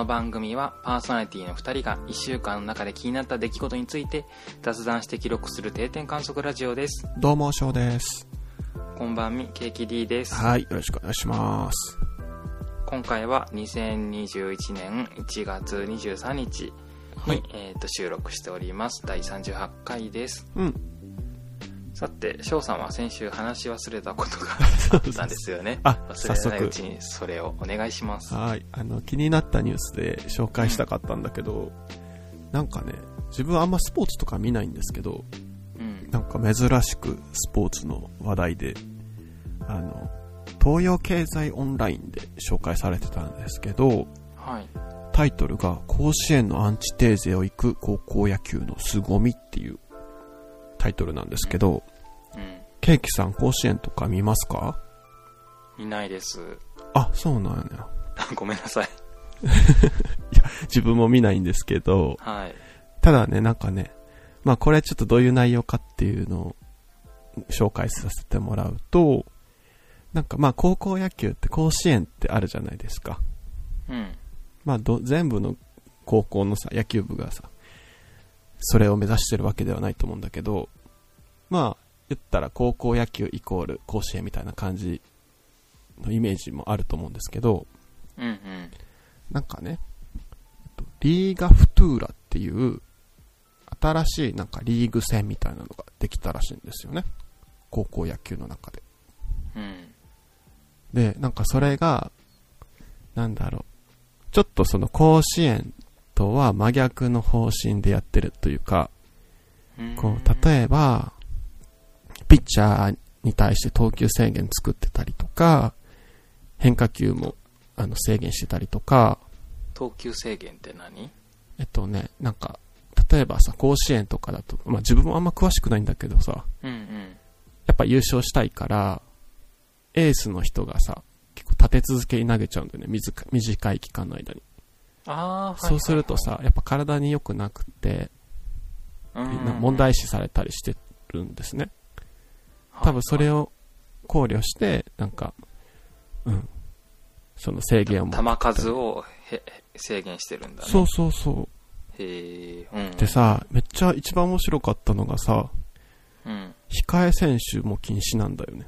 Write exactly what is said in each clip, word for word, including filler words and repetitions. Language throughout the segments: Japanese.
の番組はパーソナリティのふたりがいっしゅうかんの中で気になった出来事について雑談して記録する定点観測ラジオです。 どうも、翔です。 こんばんみ、ケーキ D です。 はい、よろしくお願いします。 今回はにせんにじゅういちねんいちがつにじゅうさんにちに、はい、えー、と収録しております。だいさんじゅうはちかいです。 うん。 さて、翔さんは先週話し忘れたことがあったんですよね。 あ、 忘れないうちにそれをお願いします。 はい、あの気になったニュースで紹介したかったんだけど、うん、なんかね、自分はあんまスポーツとか見ないんですけど、うん、なんか珍しくスポーツの話題で、あの東洋経済オンラインで紹介されてたんですけど、 はい、 タイトルが甲子園のアンチテーゼを行く高校野球の凄みっていうタイトルなんですけど、うん、ケーキさん甲子園とか見ますか？ 見ないです。 あ、そうなんや。 ごめんなさい。 いや、自分も見ないんですけど、 はい、 ただね、なんかね、まあこれちょっとどういう内容かっていうのを紹介させてもらうと、なんかまあ高校野球って甲子園ってあるじゃないですか。 うん。 まあど全部の高校のさ野球部がさそれを目指してるわけではないと思うんだけど、まあ言ったら高校野球イコール甲子園みたいな感じのイメージもあると思うんですけど、 うんうん、 なんかね、リーガフトゥーラっていう新しいなんかリーグ戦みたいなのができたらしいんですよね、高校野球の中で。 うん、 で、なんかそれがなんだろう、ちょっとその甲子園とは真逆の方針でやってるというか、こう例えばピッチャーに対して投球制限作ってたりとか、変化球もあの制限してたりとか。 投球制限って何？ えっとね、なんか例えばさ、甲子園とかだと、まあ自分もあんま詳しくないんだけどさ、 うんうん、 やっぱ優勝したいからエースの人がさ結構立て続けに投げちゃうんだよね、短, 短い期間の間に。 あ、 そうするとさ、やっぱ体に良くなくて、うんうんうん、問題視されたりしてるんですね。多分それを考慮してなんか、うん、その制限を球数をへ制限してるんだね。 そうそうそう。 へえ、うん、 でさ、めっちゃ一番面白かったのがさ、うん、控え選手も禁止なんだよね。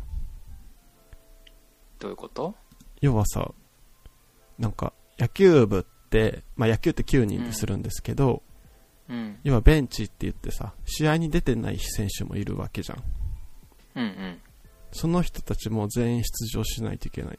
どういうこと？ 要はさ、なんか野球部って、まあ野球ってきゅうにんでするんですけど、うんうん、要はベンチって言ってさ、試合に出てない選手もいるわけじゃん。 うんうん、 その人たちも全員出場しないといけない。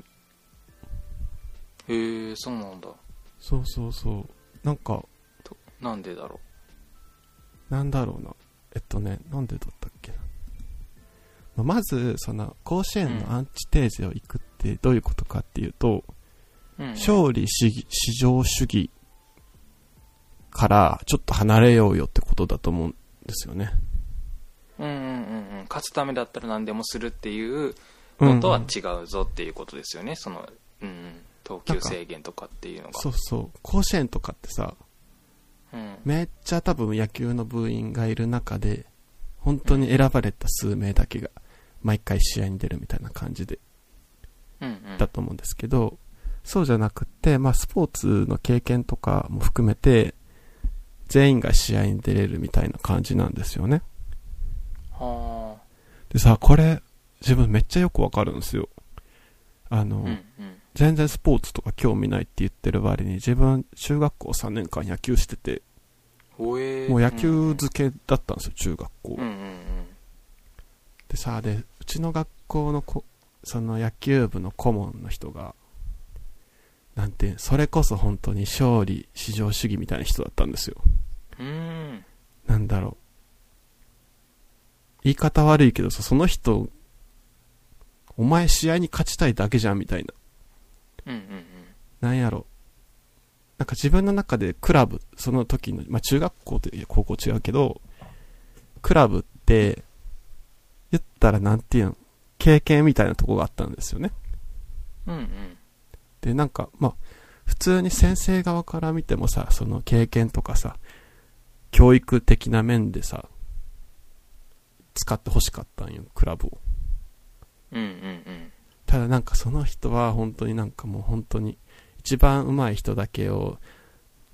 へえ、そうなんだ。 そうそうそう。なんかなんでだろう。なんだろうな。えっとね、なんでだったっけな。まあ、まずその甲子園のアンチテーゼを行くってどういうことかっていうと、うんうん、勝利至上主義からちょっと離れようよってことだと思うんですよね。 うんうんうんうん、勝つためだったら何でもするっていうのとは違うぞっていうことですよね、うんうん、その、うん、投球制限とかっていうのが。 そうそう、甲子園とかってさ、うん、めっちゃ多分野球の部員がいる中で本当に選ばれた数名だけが毎回試合に出るみたいな感じで、うんうん、だと思うんですけど、そうじゃなくって、まあスポーツの経験とかも含めて全員が試合に出れるみたいな感じなんですよね。 はあ。 でさ、これ自分めっちゃよくわかるんですよ。あの、うんうん、全然スポーツとか興味ないって言ってる割に、自分中学校さんねんかん野球してて、 もう野球漬けだったんですよ、中学校。 うんうんうん、 でさ、でうちの学校のこその野球部の顧問の人が、なんてそれこそ本当に勝利至上主義みたいな人だったんですよ。 うーん、 なんだろう、言い方悪いけどさ、その人お前試合に勝ちたいだけじゃんみたいな、 うんうんうん、 なんやろ、なんか自分の中でクラブ、その時の、まあ中学校と高校違うけど、クラブって言ったらなんていうの、経験みたいなとこがあったんですよね。 うんうん。 で、なんかまあ普通に先生側から見てもさ、その経験とかさ、教育的な面でさ、使って欲しかったんよ、クラブを。 うんうんうん。 ただなんかその人は本当になんかもう本当に一番上手い人だけを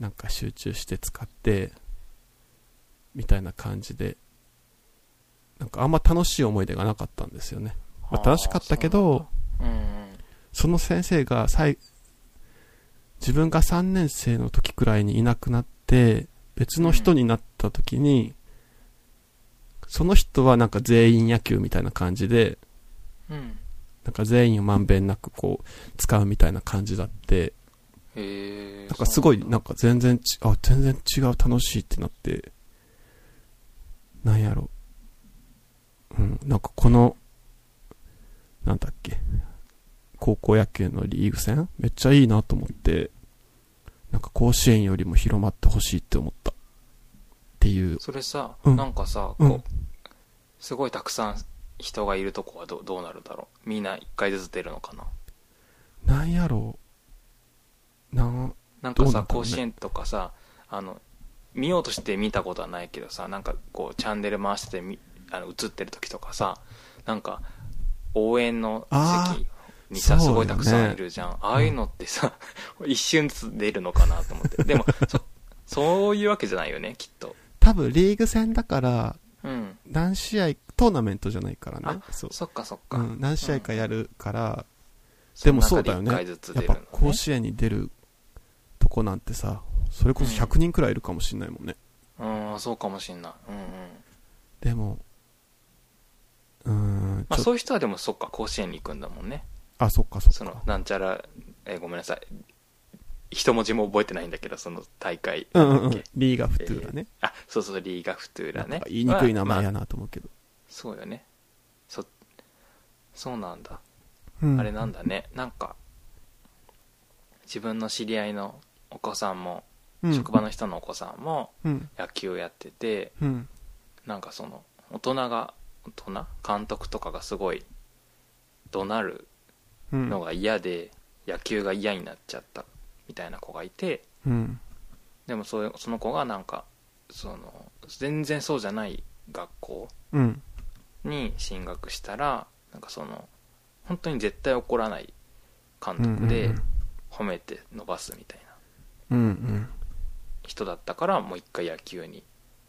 なんか集中して使ってみたいな感じで、なんかあんま楽しい思い出がなかったんですよね。まあ、楽しかったけど、 うんうん、 その先生が最自分がさんねん生の時くらいにいなくなって別の人になった時に、うん、その人はなんか全員野球みたいな感じで、うん、なんか全員をまんべんなくこう使うみたいな感じだって、 へー、 なんかすごいなんか全然ちあ全然違う楽しいってなって、なんやろ、うん、なんかこのなんだっけ高校野球のリーグ戦めっちゃいいなと思って、なんか甲子園よりも広まってほしいって思ったっていう。 それさ、 うん、 なんかさ、こう、うん、すごいたくさん人がいるとこは ど, どうなるだろう。みんないっかいずつ出るのかな。 なんやろうな。 なんかさ、ね、甲子園とかさ、あの見ようとして見たことはないけどさ、なんかこうチャンネル回しててみあの映ってる時とかさ、なんか応援の席にさ、すごいたくさんいるじゃん。ああいうのってさ、うん、一瞬ずつ出るのかなと思って。でもそ、そういうわけじゃないよね、きっと。 多分リーグ戦だから、 うん、 何試合、トーナメントじゃないからね。 あ、そ, そっかそっか、 うん。何試合かやるから、うん、でもそうだよね。ね、やっぱ甲子園に出るとこなんてさ、それこそひゃくにんくらいいるかもしんないもんね。 うん、うん、そうかもしんない。うんうん。 でも、うーん、 まあ、そういう人はでもそっか、甲子園に行くんだもんね。 あ、そっかそっか。 そのなんちゃら、えー、ごめんなさい、一文字も覚えてないんだけど、その大会、 うんうんうん、リーガフトゥーラね、 えー、あ、そうそう、リーガフトゥーラね。 言いにくい名前やなと思うけど、まあ、 そうよね。そそうなんだ、 うん、 あれなんだね。なんか自分の知り合いのお子さんも、うん、職場の人のお子さんも野球をやってて、うん、なんかその大人が大人監督とかがすごい怒鳴るのが嫌で、うん、野球が嫌になっちゃったみたいな子がいて、うん、でも そ, その子がなんかその全然そうじゃない学校に進学したら、なんかその本当に絶対怒らない監督で褒めて伸ばすみたいな人だったから、もう一回野球に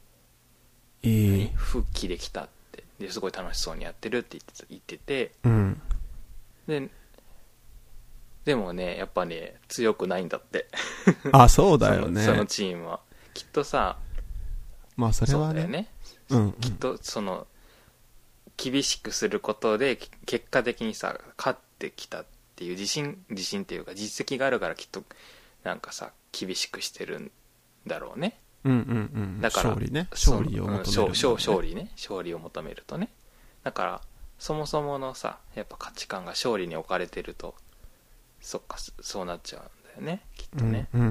復帰できたって、ですごい楽しそうにやってるって言ってて、うん、ででもね、やっぱね強くないんだってあ、そうだよねその、そのチームはきっとさ、 まあそれはね、 そうだよね、 うんうん、 きっとその厳しくすることで結果的にさ勝ってきたっていう自信自信っていうか実績があるから、きっとなんかさ厳しくしてるんだろうね。 うんうんうん、だから勝利ね、 勝利を求める、ね、勝, 勝利ね勝利を求めるとね、だからそもそものさやっぱ価値観が勝利に置かれてると、そっかそうなっちゃうんだよね、きっとね、 うんうんうん、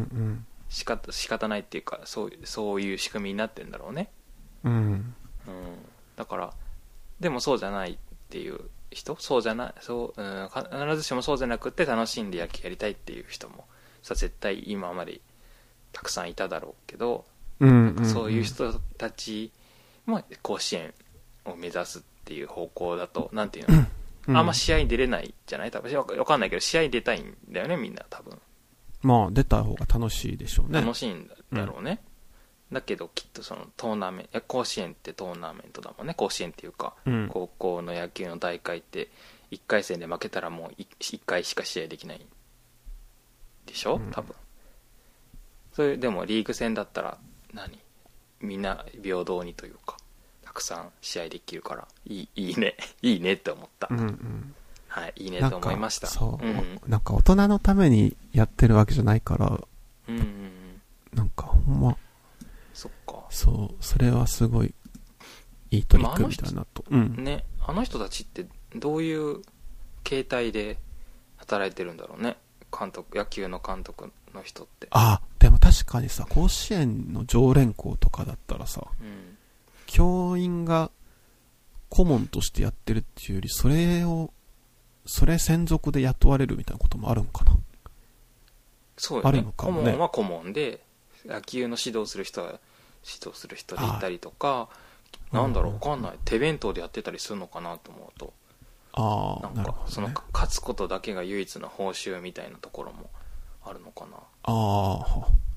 仕方仕方ないっていうか、そうそういう仕組みになってるんだろうね、 うんうん、 だからでもそうじゃないっていう人、そうじゃないそう、うん、必ずしもそうじゃなくて楽しんで野球やりたいっていう人もさ絶対今までたくさんいただろうけど、 うんうんうん、 なんかそういう人たちも甲子園を目指すっていう方向だと、なんていうの、うん、あんま試合に出れないじゃない、多分わかんないけど試合に出たいんだよね、みんな多分。 まあ出た方が楽しいでしょうね。 楽しいんだろうね、うん、だけどきっとそのトーナメント、甲子園ってトーナメントだもんね、甲子園っていうか、うん、高校の野球の大会っていっかい戦で負けたらもう い, いっかいしか試合できないでしょ多分、うん、それでもリーグ戦だったら何みんな平等にというかたくさん試合できるからいい、いいねいいねって思った、うんうん、はい、いいねと思いました。 そう、うん、なんか大人のためにやってるわけじゃないから、うんうんうん、なんかほんまそっか、 そうそれはすごいいい取り組みだなと、 うん、ね、あの人たちってどういう形態で働いてるんだろうね、監督、野球の監督の人って。 あ、でも確かにさ、甲子園の常連校とかだったらさ、うん、教員が顧問としてやってるっていうより、それをそれ専属で雇われるみたいなこともあるんかな。 そうよね、 あるのかもね。 顧問は顧問で野球の指導する人は指導する人でいたりとか、なんだろう、分かんない、手弁当でやってたりするのかなと思うと、 ああ、 なんかその勝つことだけが唯一の報酬みたいなところもあるのかな。 ああ、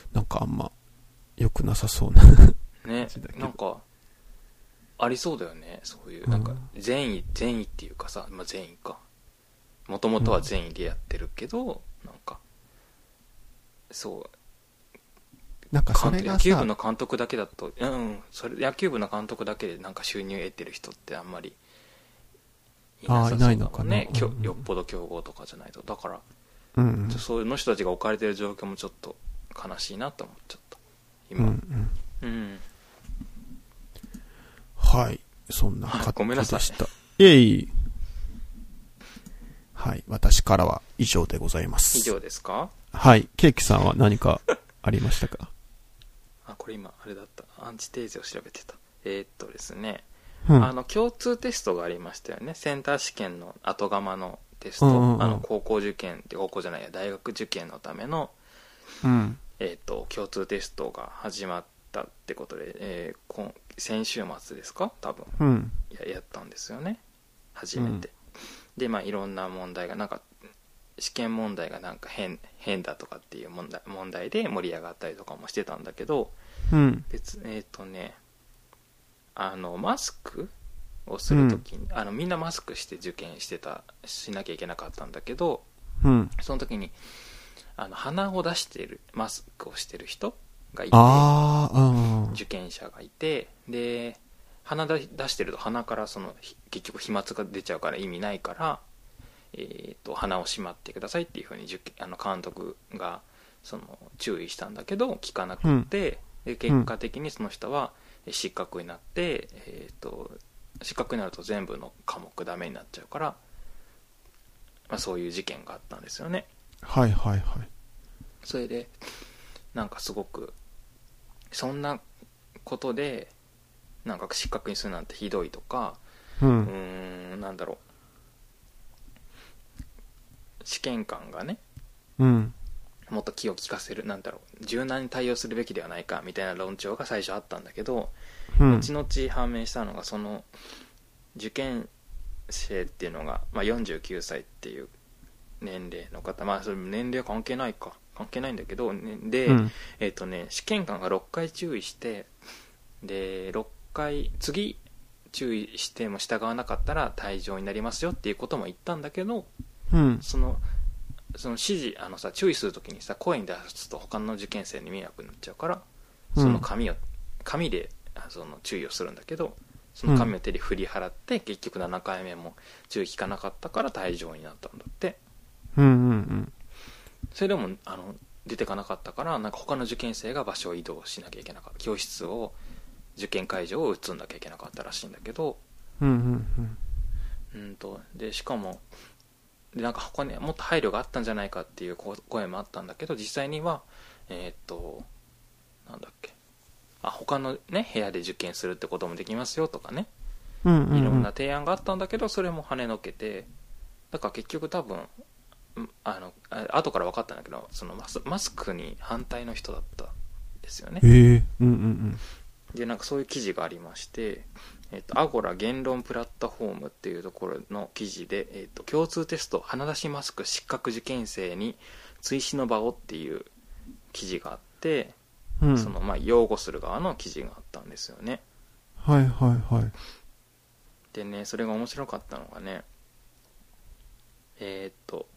なんかあんま良くなさそうなね、なんかありそうだよね、そういうなんか善意、善意っていうかさ、まあ、善意か、もともとは善意でやってるけど、うん、なんかそうなんかそれがさ、 野球部の監督だけだと、うん、それ野球部の監督だけでなんか収入得てる人ってあんまりいなさそうだもんね。あ、いないのかな、うんうん、よっぽど強豪とかじゃないと。だから、うんうん、そういうの人たちが置かれてる状況もちょっと悲しいなと思っちゃった今。うん、うんうん、 はい、そんな感じでした。 ごめんなさい。 いえいえ。はい、私からは以上でございます。 以上ですか？ はい、ケーキさんは何かありましたか？ あ、これ今あれだった、アンチテーゼを調べてた。えー、っとですね、うん、あの共通テストがありましたよね。センター試験の後釜のテスト、うんうんうん、あの高校受験って高校じゃないや大学受験のための、うん、えー、っと共通テストが始まったってことで、えー、今先週末ですか多分、うん、や, やったんですよね初めて、うん、でまあいろんな問題がなんか試験問題がなんか 変, 変だとかっていう問題、問題で盛り上がったりとかもしてたんだけど、うん、別えっ、ー、とねあのマスクをするときに、うん、あのみんなマスクして受験してたしなきゃいけなかったんだけど、うん、その時にあの鼻を出しているマスクをしてる人がいて、あ、うん、受験者がいて、で鼻出してると鼻からその結局飛沫が出ちゃうから意味ないから、えー、と鼻をしまってくださいっていう風に受験あの監督がその注意したんだけど聞かなくて、うん、で結果的にその人は失格になって、えー、と失格になると全部の科目ダメになっちゃうから、まあ、そういう事件があったんですよね。 はいはいはい。 それでなんかすごくそんなことでなんか失格にするなんてひどいとか、うん、うーんなんだろう試験官がね、うん、もっと気を利かせるなんだろう柔軟に対応するべきではないかみたいな論調が最初あったんだけど、うん、後々判明したのがその受験生っていうのが、まあ、よんじゅうきゅうさいっていう年齢の方、まあそれ年齢は関係ないか関係ないんだけど、ね、で、うん、えっとね試験官がろっかい注意してでろっかい次注意しても従わなかったら退場になりますよっていうことも言ったんだけど、うん、そのその指示あのさ注意するときにさ声に出すと他の受験生に迷惑になっちゃうからその紙を、うん、紙でその注意をするんだけどその紙を手で振り払って、うん、結局ななかいめも注意聞かなかったから退場になったんだって、うんうんうん、それでもあの出てかなかったからなんか他の受験生が場所を移動しなきゃいけなかった教室を受験会場を移んなきゃいけなかったらしいんだけど、うんうんうん、うんとでしかもでなんか他にもっと配慮があったんじゃないかっていう声もあったんだけど実際にはえー、っとなんだっけあ他のね部屋で受験するってこともできますよとかね、うんうんうん、いろんな提案があったんだけどそれも跳ねのけてだから結局多分あの後から分かったんだけどそのマス、マスクに反対の人だったんですよね。へー、うんうんうん、でなんかそういう記事がありましてえっと、アゴラ言論プラットフォームっていうところの記事で、えっと、共通テスト鼻出しマスク失格受験生に追試の場をっていう記事があって、うん、そのまあ擁護する側の記事があったんですよね。 はいはいはい。 でねそれが面白かったのがねえー、っと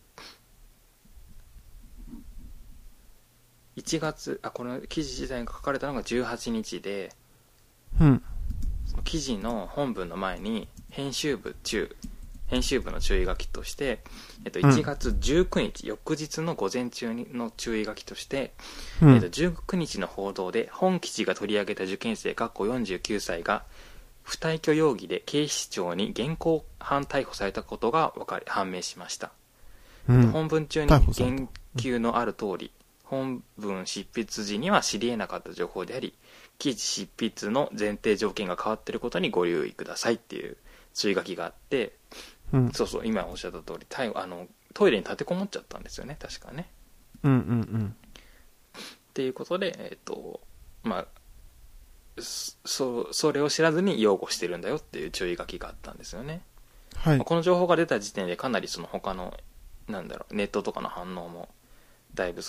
いちがつあこの記事自体が書かれたのがじゅうはちにちで、うん記事の本文の前に編集部中編集部の注意書きとして、えっと、いちがつじゅうくにち、うん、翌日の午前中の注意書きとして、うんえっと、じゅうくにちの報道で本記事が取り上げた受験生よんじゅうきゅうさいが不退去容疑で警視庁に現行犯逮捕されたことが分かり判明しました、うんえっと、本文中に言及のある通り、本文執筆時には知り得なかった情報であり記事執筆の前提条件が変わっていることにご留意くださいっていう注意書きがあって、うん、そうそう今おっしゃった通りあのトイレに立てこもっちゃったんですよね確かね、うんうんうん、っていうことでえっとまあそ, それを知らずに擁護してるんだよっていう注意書きがあったんですよね、はいまあ、この情報が出た時点でかなりその他のなんだろうネットとかの反応もだいぶその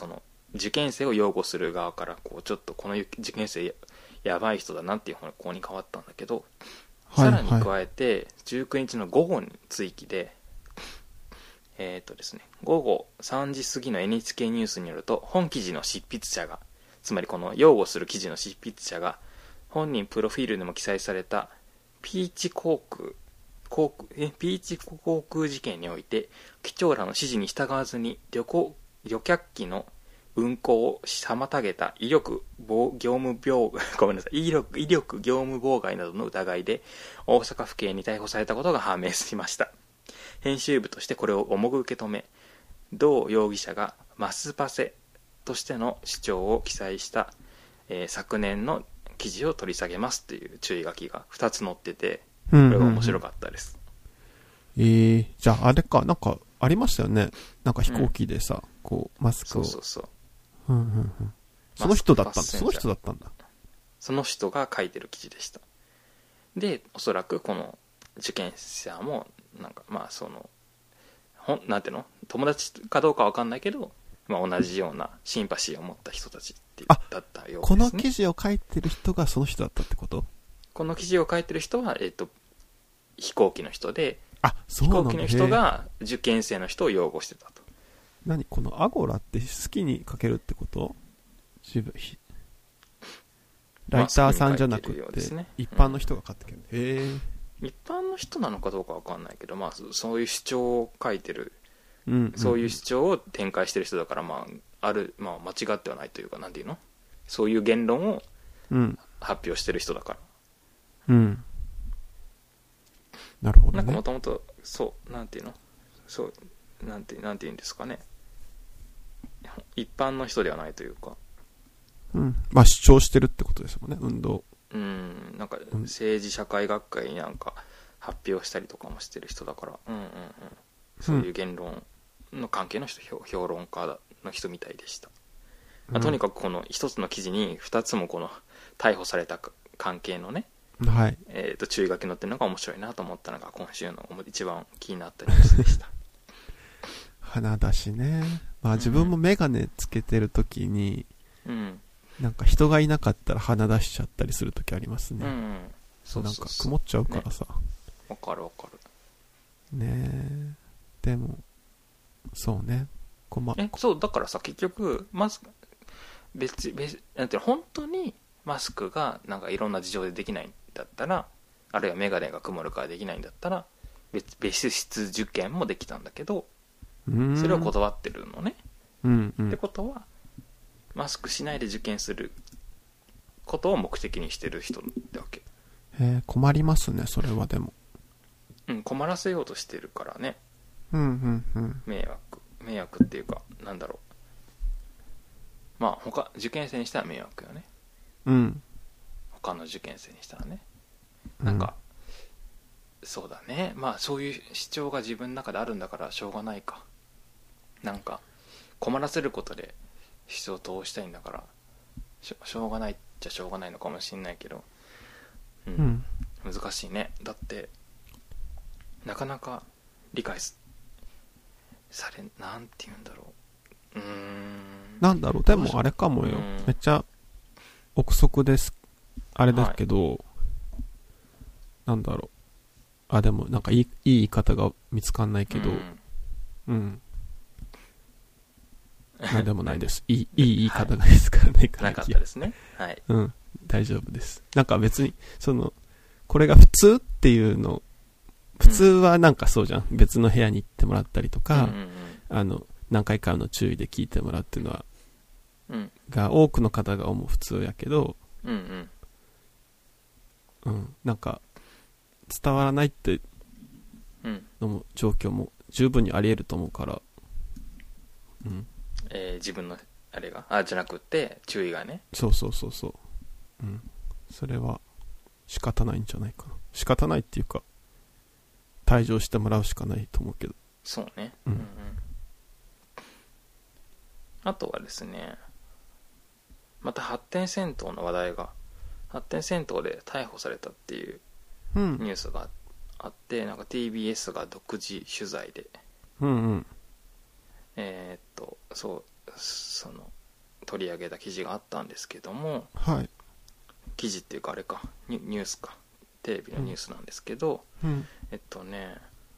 受験生を擁護する側からこうちょっとこの受験生 や, やばい人だなっていう方向に変わったんだけど、はいはい、さらに加えてじゅうくにちの午後に追記でえーとですね、午後さんじ過ぎの エヌエイチケー ニュースによると、本記事の執筆者が、つまりこの擁護する記事の執筆者が、本人プロフィールでも記載されたピーチ航空航空えピーチ航空事件において、機長らの指示に従わずに旅行旅客機の運航を妨げた威力業務病ごめんなさい威力威力業務妨害などの疑いで大阪府警に逮捕されたことが判明しました。編集部としてこれを重く受け止め、同容疑者がマスパセとしての主張を記載した、えー、昨年の記事を取り下げますという注意書きがふたつ載ってて、これが面白かったです。 うんうんうん、えー、じゃああれか、なんかありましたよね。なんか飛行機でさ、うん、こうマスクを。そうそうそう。うんうんうん。その人だったんだ。その人だったんだ。 その人が書いてる記事でした。で、おそらくこの受験者もなんかまあそのほんなんていうの友達かどうかわかんないけど、まあ、同じようなシンパシーを持った人たちってだったようですね。 この記事を書いてる人がその人だったってこと？ この記事を書いてる人は、えーと、飛行機の人で、 あ、そうなんだ。 飛行機の人が受験生の人を擁護してたと。 何このアゴラって好きに書けるってこと？自分ライターさんじゃなくて、まあね、一般の人が書ってくる、うん、へえ。 一般の人なのかどうかわかんないけど、まあそういう主張を書いてる、 うんうん、 そういう主張を展開してる人だから、まあある、まあ間違ってはないというか、なんていうの、そういう言論を発表してる人だから。 うん。なるほど、ね。 なんかもともとそうなんていうの、そうなんてなんていうんですかね。一般の人ではないというか。 うん。まあ主張してるってことですもんね、運動。 うん、なんか政治社会学会になんか発表したりとかもしてる人だから、うんうんうん、そういう言論の関係の人、うん、評論家の人みたいでした、まあ、とにかくこの一つの記事に二つもこの逮捕された関係のね、 はい、 えー、と注意書き載ってるのが面白いなと思ったのが今週の一番気になったニュースでした鼻出しね、まあ自分もメガネつけてる時に、 うん、 なんか人がいなかったら鼻出しちゃったりするときありますね。 うんうん、 そうそうそう、なんか曇っちゃうからさ。 わ、ね、かるわかる。 ねえ。でも、そうね。困え、そう、だからさ、結局、マスク、別、別、なんていうの、本当にマスクがなんかいろんな事情でできないんだったら、あるいはメガネが曇るからできないんだったら、別、別室受験もできたんだけど、それを断ってるのね。 うんうん。 ってことは、マスクしないで受験することを目的にしてる人ってわけ。 へえ、困りますね、それはでも。 うん、困らせようとしてるからね。 うんうんうん。 迷惑。迷惑っていうか、なんだろう。まあ、他、受験生にしたら迷惑よね。 うん。 他の受験生にしたらね。なんか、うん、そうだね。まあ、そういう主張が自分の中であるんだからしょうがないか。なんか、困らせることで、人を通したいんだからし ょ, しょうがないっちゃしょうがないのかもしれないけど、うんうん、難しいね。だってなかなか理解されなんて言うんだろう、うーんなんだろう、でもあれかもよ、めっちゃ憶測ですあれだけど、はい、なんだろう、あでもなんかいい、いい言い方が見つかんないけど、うん、うんなんでもないです。いい、いい言い方がですからね。 なかったですね。はい。 うん。大丈夫です。なんか別に、その、これが普通っていうの、普通はなんかそうじゃん。うん、別の部屋に行ってもらったりとか、うんうんうん、あの、何回かの注意で聞いてもらうっていうのは、うん、が多くの方が思う普通やけど、 うんうん。 うん。なんか、伝わらないってのも、状況も十分にあり得ると思うから、うん。 えー、自分のあれがあじゃなくて注意がね、 そうそうそうそう、うん、それは仕方ないんじゃないかな。仕方ないっていうか退場してもらうしかないと思うけど。 そうね、 うんうん、 あとはですね、また発展戦闘の話題が、発展戦闘で逮捕されたっていうニュースがあって、うん、なんか ティービーエス が独自取材で、 うんうん、 えー、っとそうその取り上げた記事があったんですけども、 はい、 記事っていうかあれかニュ、ニュースかテレビのニュースなんですけど、 うん、 えっとね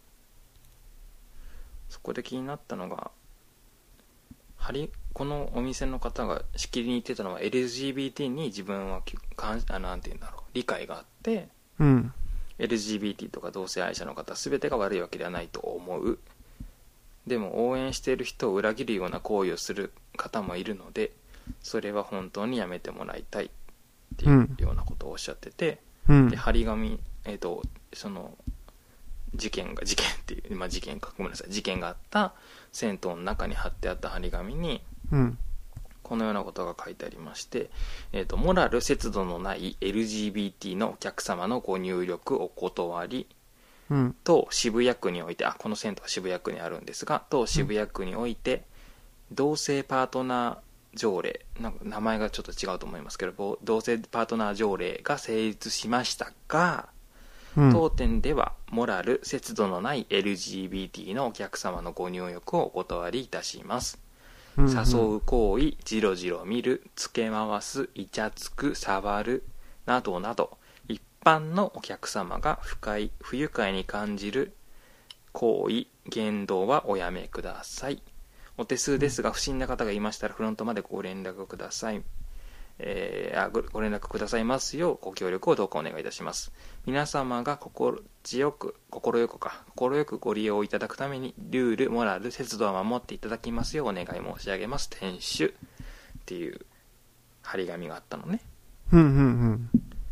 そこで気になったのが、はりこのお店の方がしきりに言ってたのは エルジービーティー に自分はかんあなんて言うんだろう理解があって、 うん、 エルジービーティー とか同性愛者の方全てが悪いわけではないと思う。でも応援している人を裏切るような行為をする方もいるので、それは本当にやめてもらいたいっていうようなことをおっしゃってて、うん、で張り紙、えーと、その事件が事件っていう、まあ、事件かごめんなさい事件があった銭湯の中に貼ってあった張り紙に、うん、このようなことが書いてありまして、えーと、モラル節度のない エルジービーティー のお客様のご入力お断り、うん、当渋谷区において、あこの銭湯は渋谷区にあるんですが、当渋谷区において、うん、同性パートナー条例、なんか名前がちょっと違うと思いますけど、同性パートナー条例が成立しましたが、うん、当店ではモラル節度のない エルジービーティー のお客様のご入浴をお断りいたします、うんうん、誘う行為、じろじろ見る、つけ回す、イチャつく、触るなどなど一般のお客様が不快不愉快に感じる行為言動はおやめください。お手数ですが不審な方がいましたらフロントまでご連絡ください、えー、あ ご, ご連絡くださいますようご協力をどうかお願いいたします。皆様が心地よく心よくか心よくご利用いただくためにルールモラル節度を守っていただきますようお願い申し上げます。店主っていう張り紙があったのね。 うんうんうん。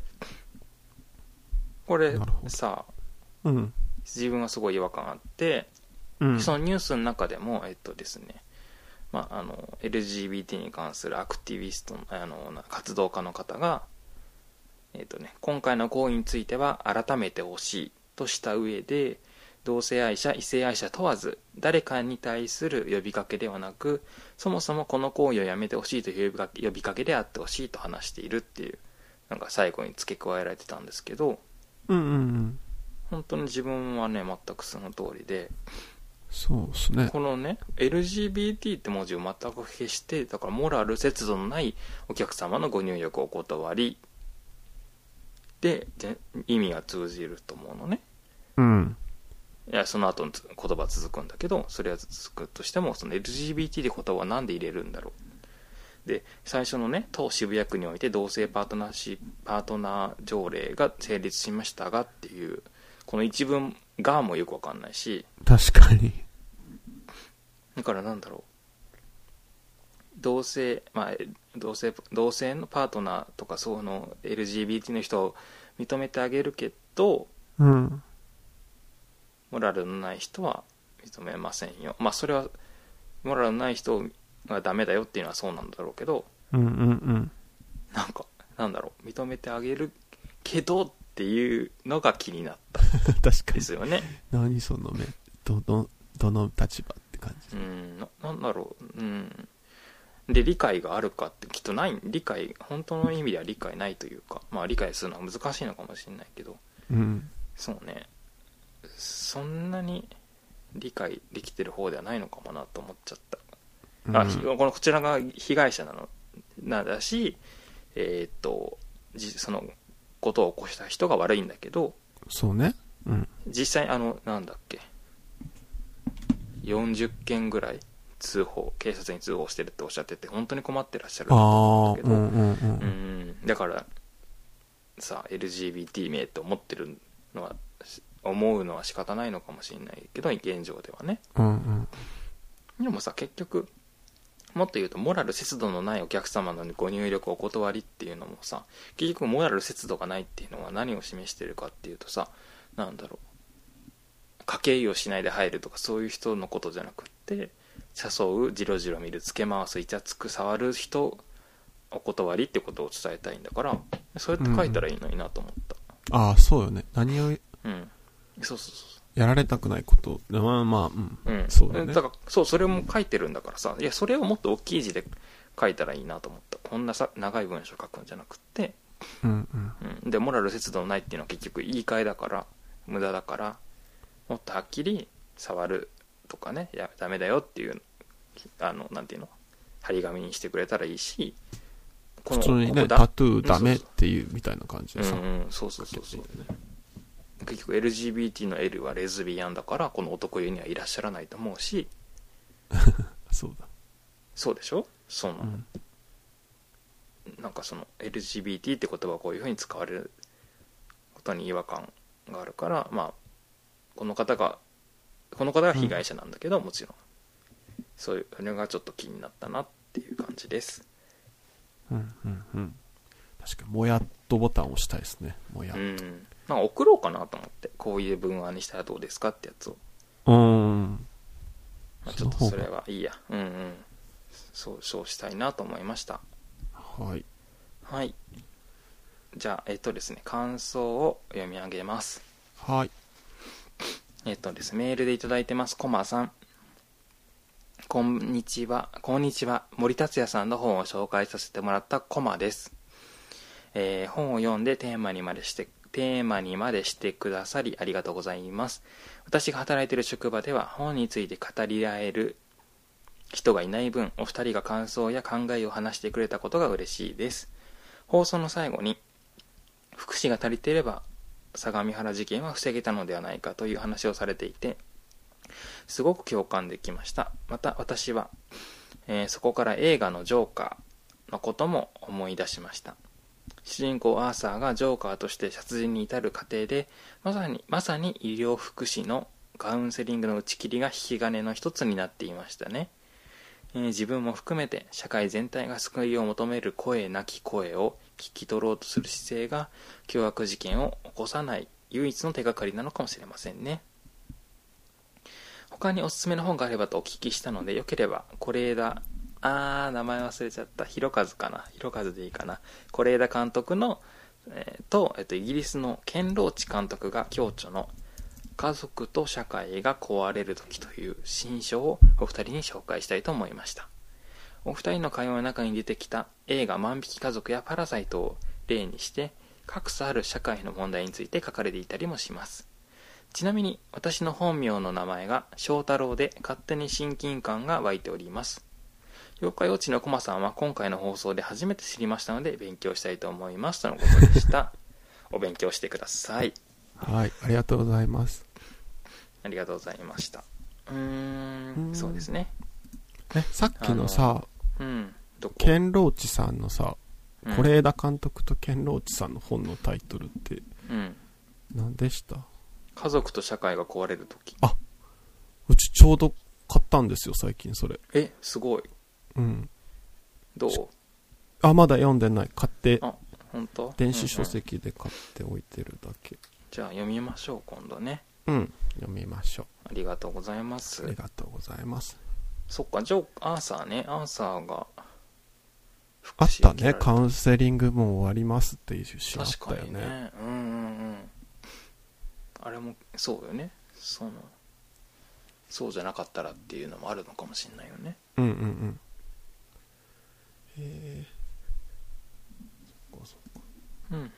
これさ、うん、自分はすごい違和感あって、うん、そのニュースの中でもえっとですねまあ、あの エルジービーティー に関するアクティビスト の, あの活動家の方が、えーとね、今回の行為については改めてほしいとした上で、同性愛者異性愛者問わず誰かに対する呼びかけではなく、そもそもこの行為をやめてほしいという呼びかけであってほしいと話しているっていう、なんか最後に付け加えられてたんですけど、 うんうんうん、 本当に自分はね全くその通りで、 そうですね、 このね エルジービーティー って文字を全く消して、だからモラル節度のないお客様のご入浴をお断りで意味が通じると思うのね。 うん。 いやその後の言葉続くんだけど、それは続くとしてもその エルジービーティー で言葉は何で入れるんだろう。で最初のね、当渋谷区において同性パートナーシパートナー条例が成立しましたがっていうこの一文がもよくわかんないし、 確かに。 だからなんだろう、同性、まあ、同性同性のパートナーとかその エルジービーティー の人を認めてあげるけど、 うん、 モラルのない人は認めませんよ。まあそれはモラルのない人がダメだよっていうのはそうなんだろうけど、 うんうんうん、 なんかなんだろう、認めてあげるけどっていうのが気になった確かにですよね。 何その目、どのどの立場って感じ。 うん、な, なんだろう、うん。で理解があるかってきっとない、理解本当の意味では理解ないというか、まあ理解するのは難しいのかもしれないけど、 うん、 そうね、そんなに理解できてる方ではないのかもなと思っちゃった。うん、あこのこちらが被害者なのなんだし、えー、っとじそのことを起こした人が悪いんだけど、 そうね、うん、 実際あのなんだっけよんじゅっけんぐらい通報警察に通報してるっておっしゃってて、本当に困ってらっしゃると思うんだけど、うんうんうんうん、だからさ エルジービーティー 名って思ってるのは思うのは仕方ないのかもしれないけど現状ではね、 うんうん、 でもさ結局もっと言うとモラル節度のないお客様のご入力をお断りっていうのもさ、結局モラル節度がないっていうのは何を示してるかっていうとさ、なんだろう、掛け湯をしないで入るとかそういう人のことじゃなくって、誘う、じろじろ見る、つけ回す、イチャつく、触る人お断りってことを伝えたいんだから、そうやって書いたらいいのになと思った、 うん、ああそうよね、何を、うん、 そうそうそうやられたくないことまあまあ、うんうん、 そうだね。 だからそうそれも書いてるんだからさ、いやそれをもっと大きい字で書いたらいいなと思った。こんなさ長い文章書くんじゃなくって、 うんうんうん、でモラル節度のないっていうのは結局言い換えだから無駄だから、もっとはっきり触るとかね、いやダメだよっていう、あのなんていうの、 張り紙にしてくれたらいいし、 この普通にねタトゥーダメっていうみたいな感じでさ、 うんうん、そうそうそうそう、結局 エルジービーティー の L はレズビアンだからこの男湯にはいらっしゃらないと思うしそうだそうでしょ、その、 うん、 なんかその エルジービーティー って言葉がこういう風に使われることに違和感があるから、まあこの方がこの方が被害者なんだけど、うん、もちろんそういうのがちょっと気になったなっていう感じです。 うんうんうん、確かにもやっとボタンを押したいですね。もやっと、うん、 なんか送ろうかなと思って、こういう文案にしたらどうですかってやつを。 うん、 まあ、ちょっとそれはいいや、うんうん、そうそうしたいなと思いました。 はいはい、じゃあえっとですね感想を読み上げます。 はい、 えっとですメールでいただいてます。コマさん、こんにちは。こんにちは。森達也さんの本を紹介させてもらったコマです。えー、本を読んでテーマにまでして、テーマにまでしてくださりありがとうございます。私が働いている職場では本について語り合える人がいない分、お二人が感想や考えを話してくれたことが嬉しいです。放送の最後に、福祉が足りていれば相模原事件は防げたのではないかという話をされていて、すごく共感できました。また私は、えー、そこから映画のジョーカーのことも思い出しました。主人公アーサーがジョーカーとして殺人に至る過程で、まさにまさに医療福祉のカウンセリングの打ち切りが引き金の一つになっていましたね。えー、自分も含めて社会全体が救いを求める声なき声を聞き取ろうとする姿勢が凶悪事件を起こさない唯一の手がかりなのかもしれませんね。他におすすめの本があればとお聞きしたので、よければ是枝、あー名前忘れちゃった、弘和かな、弘和でいいかな、是枝監督の、えー、と、えっと、イギリスのケンローチ監督が共著の家族と社会が壊れる時という新書をお二人に紹介したいと思いました。お二人の会話の中に出てきた映画万引き家族やパラサイトを例にして格差ある社会の問題について書かれていたりもします。ちなみに私の本名の名前が翔太郎で勝手に親近感が湧いております。妖怪ウォッチのコマさんは今回の放送で初めて知りましたので勉強したいと思いますとのことでした。お勉強してください。 はい、ありがとうございます。 ありがとうございました。うーん、そうですね。 え、さっきのさ、 うん、どこ？ ケンローチさんのさ、是枝監督とケンローチさんの本のタイトルって、うん、何でした？ 家族と社会が壊れるとき。 あ、うちちょうど買ったんですよ最近それ。 え、すごい。 うん。 どう？ あ、まだ読んでない。買って。 あ、本当？ 電子書籍で買っておいてるだけ。 うんうん、じゃあ読みましょう今度ね。 うん、読みましょう。 ありがとうございます。 ありがとうございます。 そっか、ジョーアーサーね、アーサーがあったね、カウンセリングも終わりますっていう詩あったよね。確かにね。 うんうんうん。あれもそうよね。そのそうじゃなかったらっていうのもあるのかもしれないよね。 うんうんうん。へえ。そっかそっか。 うんうん。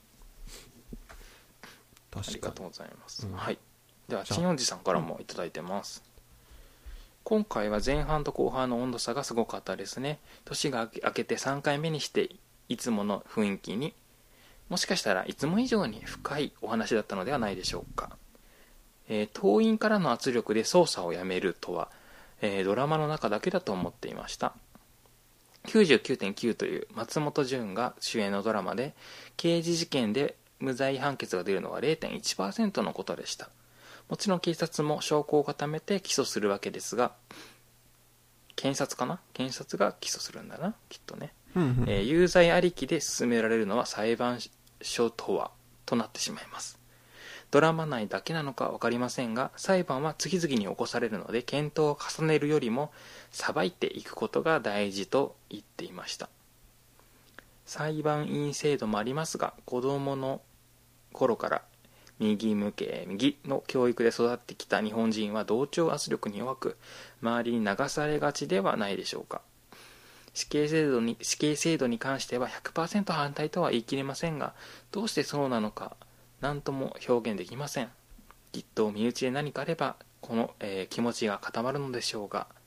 確かに。ありがとうございます。うん、はい。では陳おじさんからもいただいてます。今回は前半と後半の温度差がすごかったですね。年が明けてさんかいめにしていつもの雰囲気に、もしかしたらいつも以上に深いお話だったのではないでしょうか。えー、党員からの圧力で捜査をやめるとは、えー、ドラマの中だけだと思っていました。きゅうじゅうきゅうてんきゅう という松本潤が主演のドラマで、刑事事件で無罪判決が出るのは れいてんいちパーセント のことでした。もちろん警察も証拠を固めて起訴するわけですが、検察かな検察が起訴するんだな、きっとね。 うんうん、 えー、有罪ありきで進められるのは裁判所とはとなってしまいます。ドラマ内だけなのか分かりませんが、裁判は次々に起こされるので、検討を重ねるよりも裁いていくことが大事と言っていました。裁判員制度もありますが、子供の頃から右向け右の教育で育ってきた日本人は同調圧力に弱く、周りに流されがちではないでしょうか。死刑制度に、死刑制度に関しては ひゃくパーセント 反対とは言い切れませんが、どうしてそうなのか何とも表現できません。きっと身内で何かあればこの、えー、気持ちが固まるのでしょうが、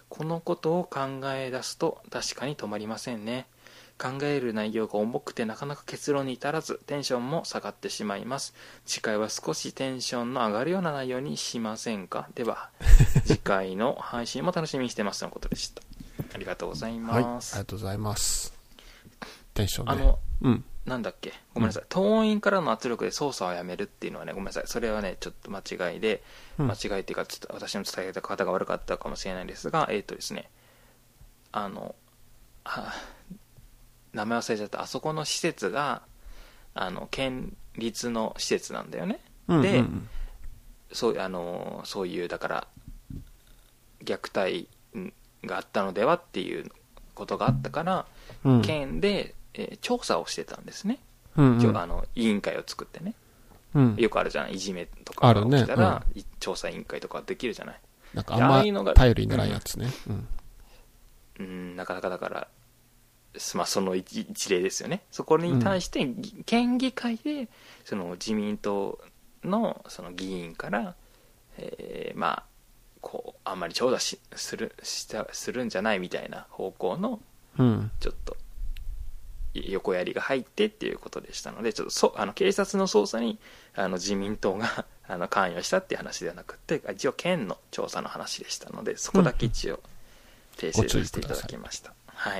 このことを考え出すと確かに止まりませんね。考える内容が重くてなかなか結論に至らずテンションも下がってしまいます。次回は少しテンションの上がるような内容にしませんか。では次回の配信も楽しみにしてますとのことでした。ありがとうございます。 はい、ありがとうございます。テンションね。 あの、 うん、 なんだっけ、ごめんなさい、うん、党員からの圧力で操作をやめるっていうのはね、ごめんなさい、それはねちょっと間違いで、うん、間違いっていうかちょっと私の伝え方が悪かったかもしれないですが、えっとですね、あのあ名前忘れちゃった、あそこの施設があの県立の施設なんだよね、うんうんうん、でそう、あのそういうだから虐待があったのではっていうことがあったから、うん、県で、えー、調査をしてたんですね、うんうん、あの委員会を作ってね、うん、よくあるじゃない、いじめとかが起きたら、ね、うん、調査委員会とかできるじゃない、 なんかあんま頼りにならんやつね、 うんうん、なかなかだからまあ、その 一, 一例ですよね。そこに対して県議会でその自民党 の, その議員から、えー、まあこうあんまり調査しするしたするんじゃないみたいな方向のちょっと横やりが入ってっていうことでしたので、ちょっとそあの警察の捜査にあの自民党があの関与したっていう話ではなくて、一応県の調査の話でしたので、そこだけ一応訂正させていただきました。はい。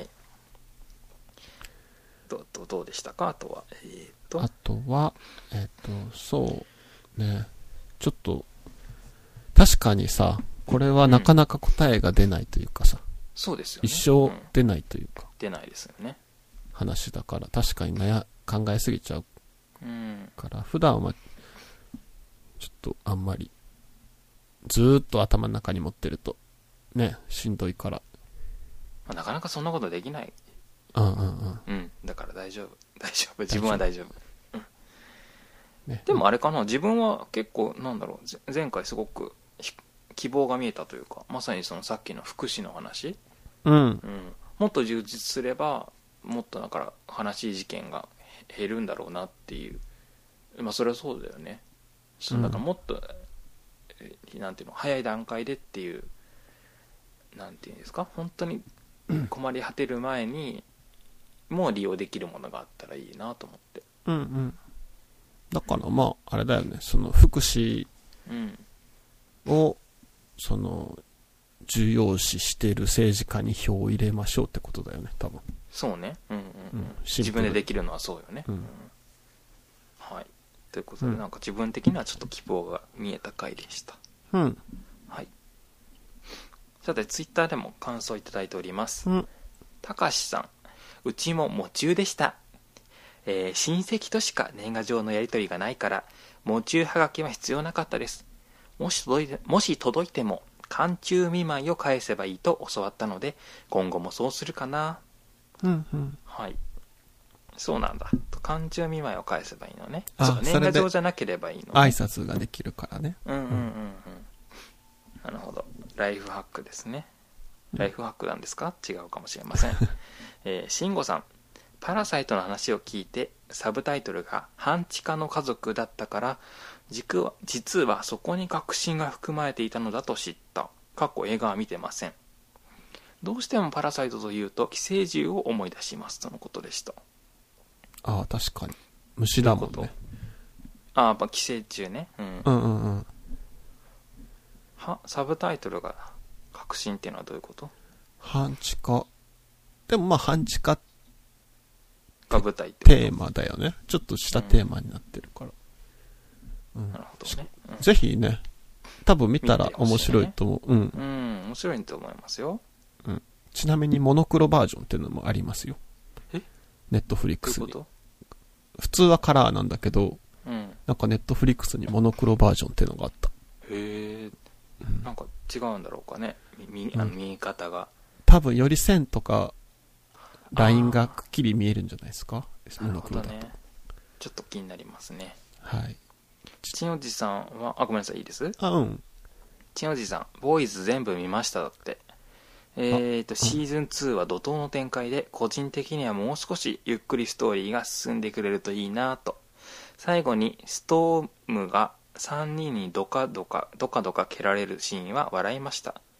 ど, ど, どうでしたか。あとは、えー、とあとはえっ、ー、とそうね、ちょっと確かにさ、これはなかなか答えが出ないというかさ、うん、 そうですよね、 一生出ないというか、うん、 出ないですよね話だから、確かに悩考えすぎちゃうから、うん、普段はちょっとあんまりずーっと頭の中に持ってるとね、しんどいから、 まあ、なかなかそんなことできない。 うんうんうん、 うん、だから大丈夫大丈夫、自分は大丈夫、うんね、でもあれかな、自分は結構なんだろう、前回すごく希望が見えたというか、まさにそのさっきの福祉の話、 うん、うん、 もっと充実すればもっとだから悲しい事件が減るんだろうなっていう、まあそれはそうだよね、うん、だからもっとなんていうの、早い段階でっていう、なんていうんですか、本当に困り果てる前にもう利用できるものがあったらいいなと思って。 うんうん。だからまああれだよね、その福祉を、うん、その重要視している政治家に票を入れましょうってことだよね、多分。 そうね。うんうんうん。うん、自分でできるのはそうよね。うんうん、はい。ということで、うん、なんか自分的にはちょっと希望が見えた回でした。 うん。 はい。さてツイッターでも感想いただいております。 うん。 たかしさん。うちも喪中でした、えー、親戚としか年賀状のやり取りがないから喪中はがきは必要なかったです。もし届いてもし届いても寒中見舞いを返せばいいと教わったので今後もそうするかな。 うんうん。 はい、そうなんだ。寒中見舞いを返せばいいのね。そう、年賀状じゃなければいいのね。 挨拶ができるからね。 うんうんうんうん、なるほど。ライフハックですね。ライフハックなんですか？違うかもしれません。えー、慎吾さん、パラサイトの話を聞いてサブタイトルが半地下の家族だったから実は、実はそこに確信が含まれていたのだと知った。過去映画は見てません。どうしてもパラサイトというと寄生獣を思い出しますとのことでした。 ああ、確かに虫だもんね。 ああ、やっぱ寄生虫ね、うん、 うんうんうん。 はサブタイトルが確信っていうのはどういうこと？ 半地下でもまあ半地下が舞台ってテーマだよね。ちょっとしたテーマになってるから、 うんうん、なるほどね、 うん、ぜひね、多分見たら面白いと思う、ね、 うん、うん、面白いと思いますよ、 うん、ちなみにモノクロバージョンっていうのもありますよ。 え？ ネットフリックスに。 どういうこと？ 普通はカラーなんだけど、 うん、 なんかネットフリックスにモノクロバージョンっていうのがあった。 へえ、なんか違うんだろうかね、見、あの見方が、うん、 多分より線とかラインがくっきり見えるんじゃないですか、モノクロだと。なるほどね、ちょっと気になりますね。 はい。 ちんおじさんは、あ、ごめんなさい、いいです？ あ、うん。 ちんおじさん、ボーイズ全部見ましただって。えーと、シーズンツーは怒涛の展開で、個人的にはもう少しゆっくりストーリーが進んでくれるといいなと。最後にストームがさんにんにドカドカドカドカ蹴られるシーンは笑いました。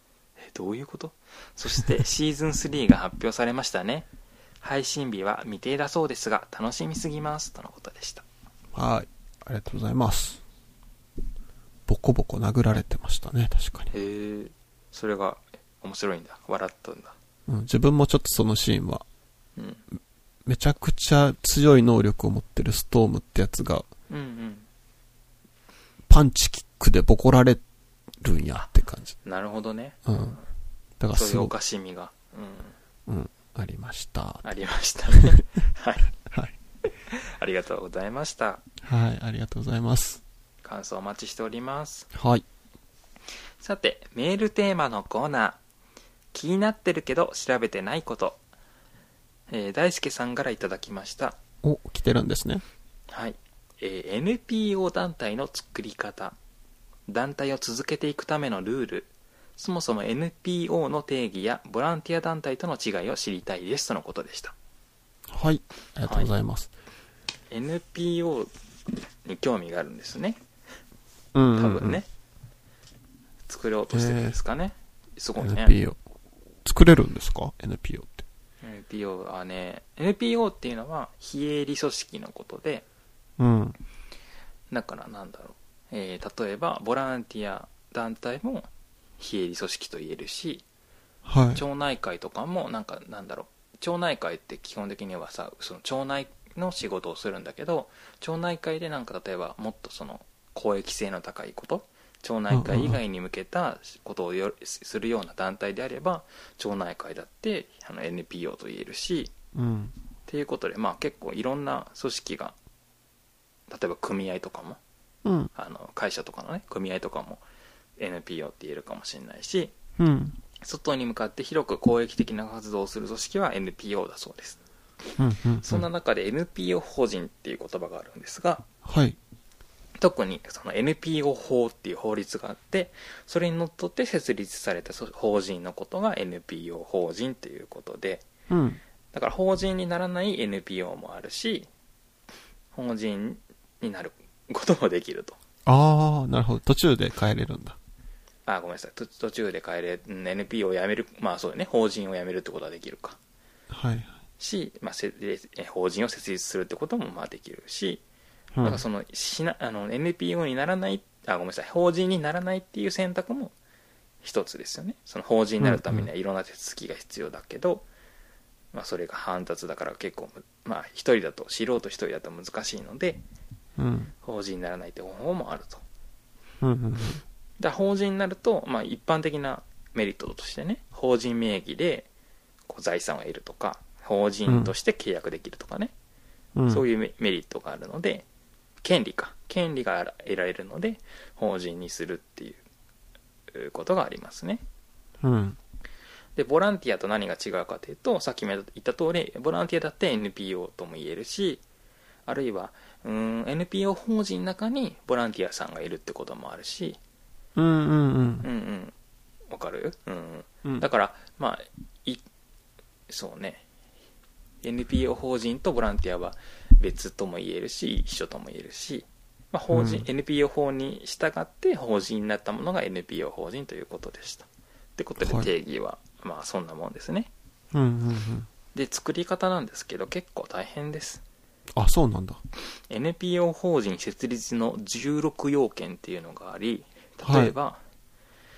どういうこと？そしてシーズンスリーが発表されましたね。配信日は未定だそうですが楽しみすぎますとのことでした。 はい、ありがとうございます。ボコボコ殴られてましたね、確かに。 へえ、それが面白いんだ、笑ったんだ。 うん、自分もちょっとそのシーンは、 うん、 めちゃくちゃ強い能力を持ってるストームってやつが、 うんうん、 パンチキックでボコられるんやって感じ。 なるほどね。 うん。だからすごい。 そういうおかしみが、 うん、うん、ありました。 ありましたね。はい。 はい。 ありがとうございました。 はい、ありがとうございます。 感想お待ちしております。 はい。 さて、メールテーマのコーナー。気になってるけど調べてないこと。えー、大輔さんからいただきました。 お、来てるんですね。 はい。えー、エヌピーオー 団体の作り方。団体を続けていくためのルール。そもそも エヌピーオー の定義やボランティア団体との違いを知りたいですとのことでした。 はい、ありがとうございます。 はい、エヌピーオー に興味があるんですね。 うんうんうん、 多分ね。作ろうとしてるんですかね。すごいね。 エヌピーオー。作れるんですか ?エヌピーオー って。 エヌピーオー はね、エヌピーオー っていうのは非営利組織のことで、 うん。 だからなんだろう。えー、例えば、ボランティア団体も非営利組織と言えるし、 はい。 町内会とかもなんかなんだろう。町内会って基本的にはさ、その町内の仕事をするんだけど、町内会でなんか例えばもっとその公益性の高いこと、町内会以外に向けたことをよするような団体であれば町内会だってあの エヌピーオー と言えるし、 うん、 っていうことで、まあ、結構いろんな組織が、例えば組合とかも、 うん、 あの会社とかのね組合とかも エヌピーオー って言えるかもしれないし、 うん、 外に向かって広く公益的な活動をする組織は エヌピーオー だそうです。 うんうんうん、 そんな中で エヌピーオー 法人っていう言葉があるんですが、 はい、 特にその エヌピーオー 法っていう法律があって、それにのっとって設立された法人のことが エヌピーオー 法人ということで、 うん、 だから法人にならない エヌピーオー もあるし、法人になることもできると。 ああ、なるほど。途中で変えれるんだ。 あ、ごめんなさい。途中で変えれ、エヌピーオー を辞める、まあそうだね、法人を辞めるってことはできるか。 はい。 し、まあ、せ法人を設立するってこともまあできるし、だからそのしなあの エヌピーオー にならない、あ、ごめんなさい、法人にならないっていう選択も一つですよね。その法人になるためにはいろんな手続きが必要だけど、うんうん、まあ、それが煩雑だから結構、まあ一人だと、素人一人だと難しいので、 うん、 法人にならないって方法もあると。 うんうんうん、 だから法人になると、まあ、一般的なメリットとしてね、法人名義でこう財産を得るとか、法人として契約できるとかね、うん、そういうメリットがあるので、権利か権利が得られるので法人にするっていうことがありますね。 うん、 でボランティアと何が違うかというと、さっきも言った通りボランティアだって エヌピーオー とも言えるし、あるいはうーん エヌピーオー 法人の中にボランティアさんがいるってこともあるし、 うんうんうんうんうんわかる、うんうん、だからまあいそうね、 エヌピーオー 法人とボランティアは別とも言えるし一緒とも言えるし、まあ、法人、うん、エヌピーオー 法に従って法人になったものが エヌピーオー 法人ということでした。ってことで定義は、はい、まあそんなもんですね。 うんうんうん、で作り方なんですけど結構大変です。 あ、そうなんだ。 エヌピーオー 法人設立のじゅうろく要件っていうのがあり、例えば、はい、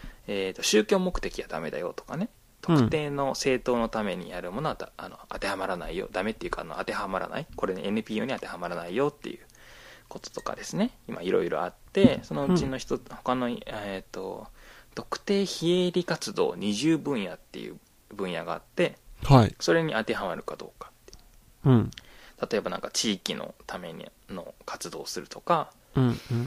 えーと、宗教目的はダメだよとかね、特定の政党のためにやるものはだ、あの当てはまらないよ、ダメっていうかあの当てはまらない、これ、ね、エヌピーオー に当てはまらないよっていうこととかですね、今いろいろあって、そのうちの一つ、うん、他の、えーと、特定非営利活動にじゅう分野っていう分野があって、 はい、 それに当てはまるかどうかって、 うん、 例えばなんか地域のための活動をするとか、 うんうん、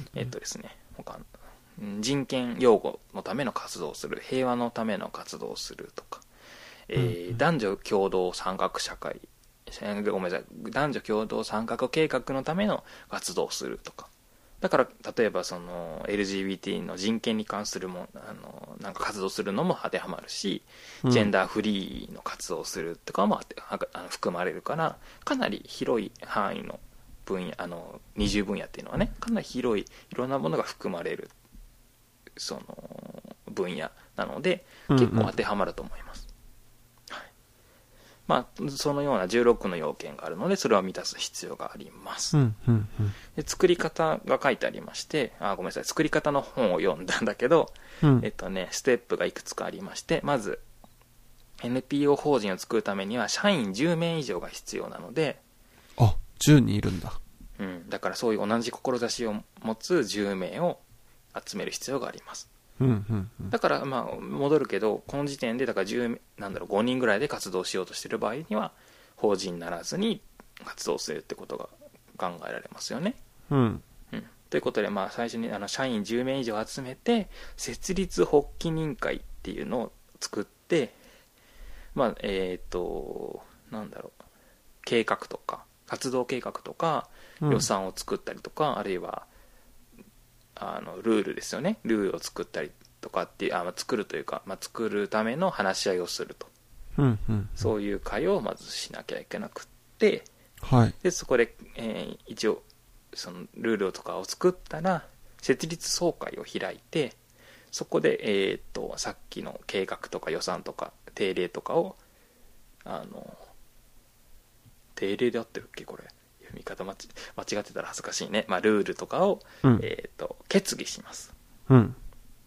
えっとですね、他人権擁護のための活動をする、平和のための活動をするとか、えーうん、男女共同参画社会、ごめんなさい、男女共同参画計画のための活動をするとか、だから例えばその エルジービーティー の人権に関するもあのなんか活動するのも当てはまるし、うん、ジェンダーフリーの活動をするとかもあの含まれるから、かなり広い範囲の分野、あのにじゅう分野っていうのはね、かなり広いいろんなものが含まれるその分野なので、結構当てはまると思います。うんうん、はい。まあ、そのようなじゅうろくの要件があるので、それを満たす必要があります。 うんうんうん、 で作り方が書いてありまして、あ、ごめんなさい、作り方の本を読んだんだけど、うん、えっとね、ステップがいくつかありまして、まず、エヌピーオー 法人を作るためには、社員じゅうめい以上が必要なので、 あ、じゅうにんいるんだ。 うん、だからそういう同じ志を持つじゅうめいを集める必要があります。 うんうんうん、 だからまあ戻るけど、この時点でだからじゅうなんだろうごにんぐらいで活動しようとしている場合には法人にならずに活動するってことが考えられますよね。 うんうん、ということで、まあ最初にあの社員じゅうめい以上集めて設立発起人会っていうのを作って、まあえっとなんだろう計画とか活動計画とか予算を作ったりとか、うん、あるいはあのルールですよね、ルールを作ったりとかっていう、あ、まあ、作るというか、まあ、作るための話し合いをすると、 うんうんうん、 そういう会をまずしなきゃいけなくって、 はい、 でそこで、えー、一応そのルールとかを作ったら設立総会を開いて、そこで、えー、っとさっきの計画とか予算とか定例とかをあの定例で合ってるっけこれ読み方間違ってたら恥ずかしいね、まあ、ルールとかを、うん、えー、と決議します、 うん、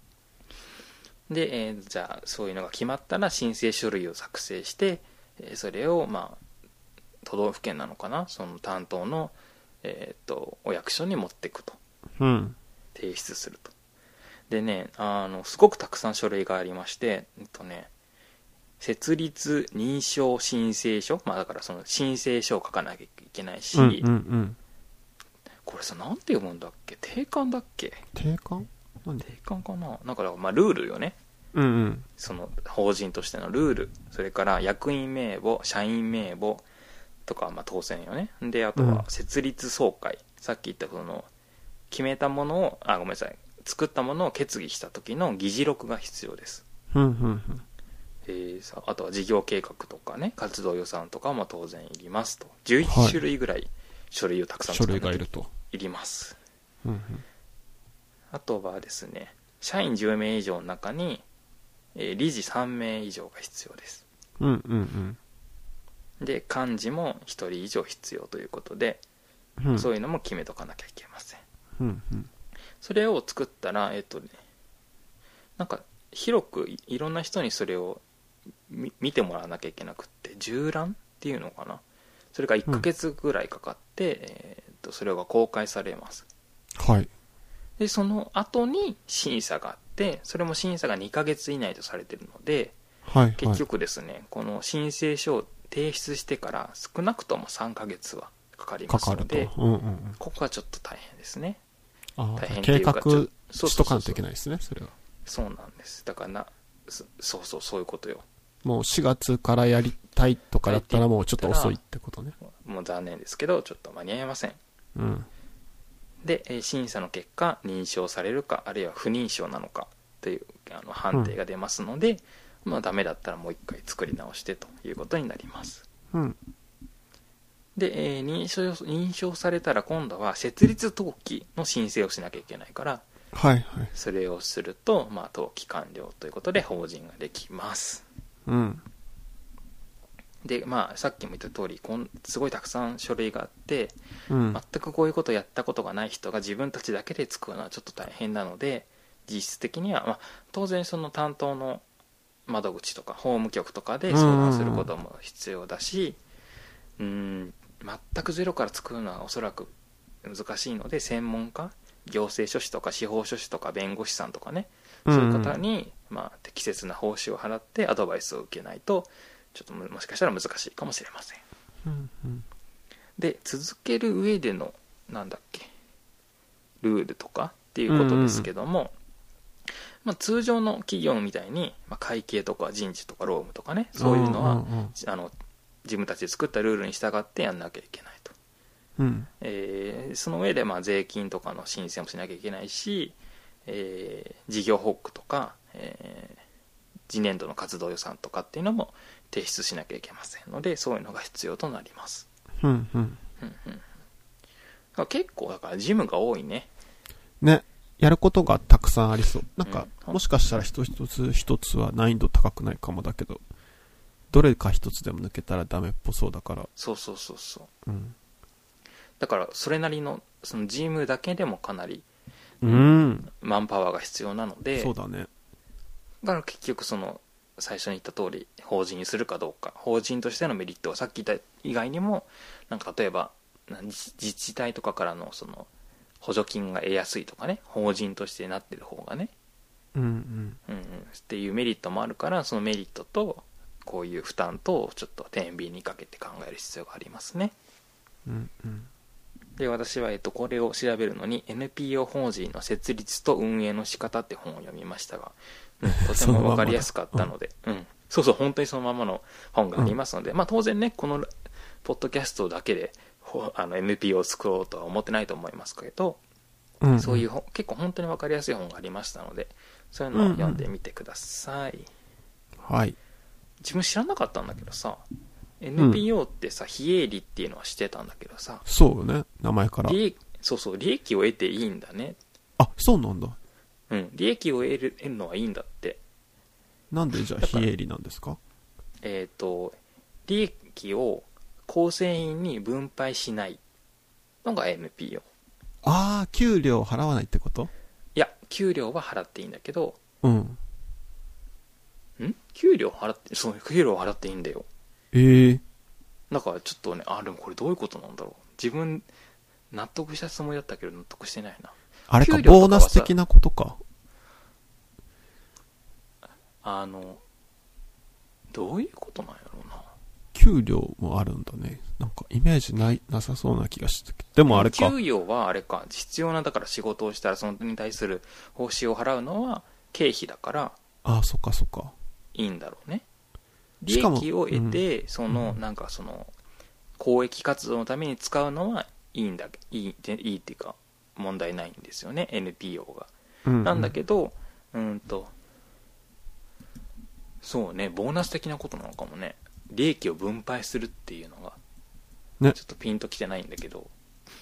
で、えー、じゃあそういうのが決まったら申請書類を作成して、えー、それを、まあ、都道府県なのかな、その担当の、えー、とお役所に持っていくと、 うん、 提出すると。でね、あのすごくたくさん書類がありまして、えっとね設立認証申請書、まあだからその申請書を書かなきゃいけないし、 うんうんうん、 これさ、なんて読むんだっけ、定款だっけ、 定款定款かな、なんかまあルールよね、 うんうん、 その法人としてのルール、それから役員名簿、社員名簿とかまあ当然よね。であとは設立総会、うん、さっき言ったその決めたものを、あ、ごめんなさい、作ったものを決議した時の議事録が必要です。 うんうんうん、 えー、さあとは事業計画とかね、活動予算とかも当然いりますと。じゅういち種類ぐらい書類をたくさん作らなきゃいります。 うんうん、 あとはですね、社員じゅうめい以上の中に、えー、理事さんめい以上が必要です。 うんうんうん、で幹事もひとり以上必要ということで、うん、そういうのも決めとかなきゃいけません。 うんうん、 それを作ったら、えっとね、なんか広くいろんな人にそれを見てもらわなきゃいけなくって、縦覧っていうのかな、それがいっかげつぐらいかかって、うん、えー、とそれが公開されます。 はい。 でその後に審査があって、それも審査がにかげつ以内とされているので、 はいはい、 結局ですね、この申請書を提出してから少なくともさんかげつはかかりますので、 うんうんうん、 ここはちょっと大変ですね。 あ、大変っていうか計画しとかんといけないですね、それは。 そうなんです。だからな、そうそう、そういうことよ。 もうしがつからやりたいとかだったらもうちょっと遅いってことね。 もう残念ですけどちょっと間に合いません。 うん、 で審査の結果認証されるかあるいは不認証なのかというあの判定が出ますので、うん、まあダメだったらもう一回作り直してということになります。 うん、 で、えー、認証認証されたら今度は設立登記の申請をしなきゃいけないから、 はいはい、 それをすると、まあ、登記完了ということで法人ができます。 うん、 でまあ、さっきも言った通りこんすごいたくさん書類があって、 うん、 全くこういうことをやったことがない人が自分たちだけで作るのはちょっと大変なので、実質的には、まあ、当然その担当の窓口とか法務局とかで相談することも必要だし、うーん全くゼロから作るのはおそらく難しいので、専門家、行政書士とか司法書士とか弁護士さんとかね、そういう方に、まあ、適切な報酬を払ってアドバイスを受けないとちょっと も, もしかしたら難しいかもしれません。 うんうん、で続ける上でのなんだっけルールとかっていうことですけども、うんうんまあ、通常の企業みたいに、まあ、会計とか人事とか労務とかね、そういうのは、うんうんうん、あの自分たちで作ったルールに従ってやんなきゃいけないと、 うんえー、その上でまあ税金とかの申請もしなきゃいけないし、えー、事業報告とか、えー、次年度の活動予算とかっていうのも提出しなきゃいけませんので、そういうのが必要となります。 うんうんうんうん、結構だから事務が多いね。 ね、やることがたくくさんありそう。なんか、うん、もしかしたら一つ一つは難易度高くないかもだけど、どれか一つでも抜けたらダメっぽそうだから。 そうそうそうそう。 うん。 だからそれなりのそのジムだけでもかなり、 うん、 マンパワーが必要なので。 そうだね。 だから結局その最初に言った通り法人にするかどうか、法人としてのメリットはさっき言った以外にも、なんか例えば自治体とかからのその補助金が得やすいとかね、法人としてなってる方がね、 うんうん、 うんうん、っていうメリットもあるから、そのメリットとこういう負担とちょっと天秤にかけて考える必要がありますね。 うんうん、 で私は、えっと、これを調べるのに エヌピーオー 法人の設立と運営の仕方って本を読みましたが、うん、とても分かりやすかったので、うん、そうそう、本当にそのままの本がありますので、うん、まあ当然ね、このポッドキャストだけであの エヌピーオー を作ろうとは思ってないと思いますけど、うんうん、そういう結構本当に分かりやすい本がありましたので、そういうのを読んでみてください。 うんうん、はい。 自分知らなかったんだけどさ、エヌピーオー ってさ、非営利っていうのはしてたんだけどさ、 そうね、名前から。 利益、そうそう、利益を得ていいんだね。 あ、そうなんだ。 うん、利益を得る、得るのはいいんだって。 なんでじゃあ非営利なんですか？ えっと、利益を構成員に分配しないのが エヌピーオー。 ああ、給料払わないってこと？ いや、給料は払っていいんだけど、 うん。 ん？給料払って、そう、給料払っていいんだよ。 ええー。 だからちょっとね、あ、でもこれどういうことなんだろう。自分、納得したつもりだったけど納得してないな。 あれか、ボーナス的なことか。 あの、どういうことなんやろうな。 給料もあるんだね。なんかイメージないなさそうな気がしてけど、でもあれか。 給与はあれか、必要なだから仕事をしたらそのに対する報酬を払うのは経費だから、 ああ、そっかそっか。 いいんだろうね。利益を得て、うん、その、なんかその公益活動のために使うのはいいんだ、いい、いいっていうか問題ないんですよね、 エヌピーオー が、うんうん、なんだけど、うんとそうね、ボーナス的なことなのかもね。利益を分配するっていうのが、ね、ちょっとピンときてないんだけど、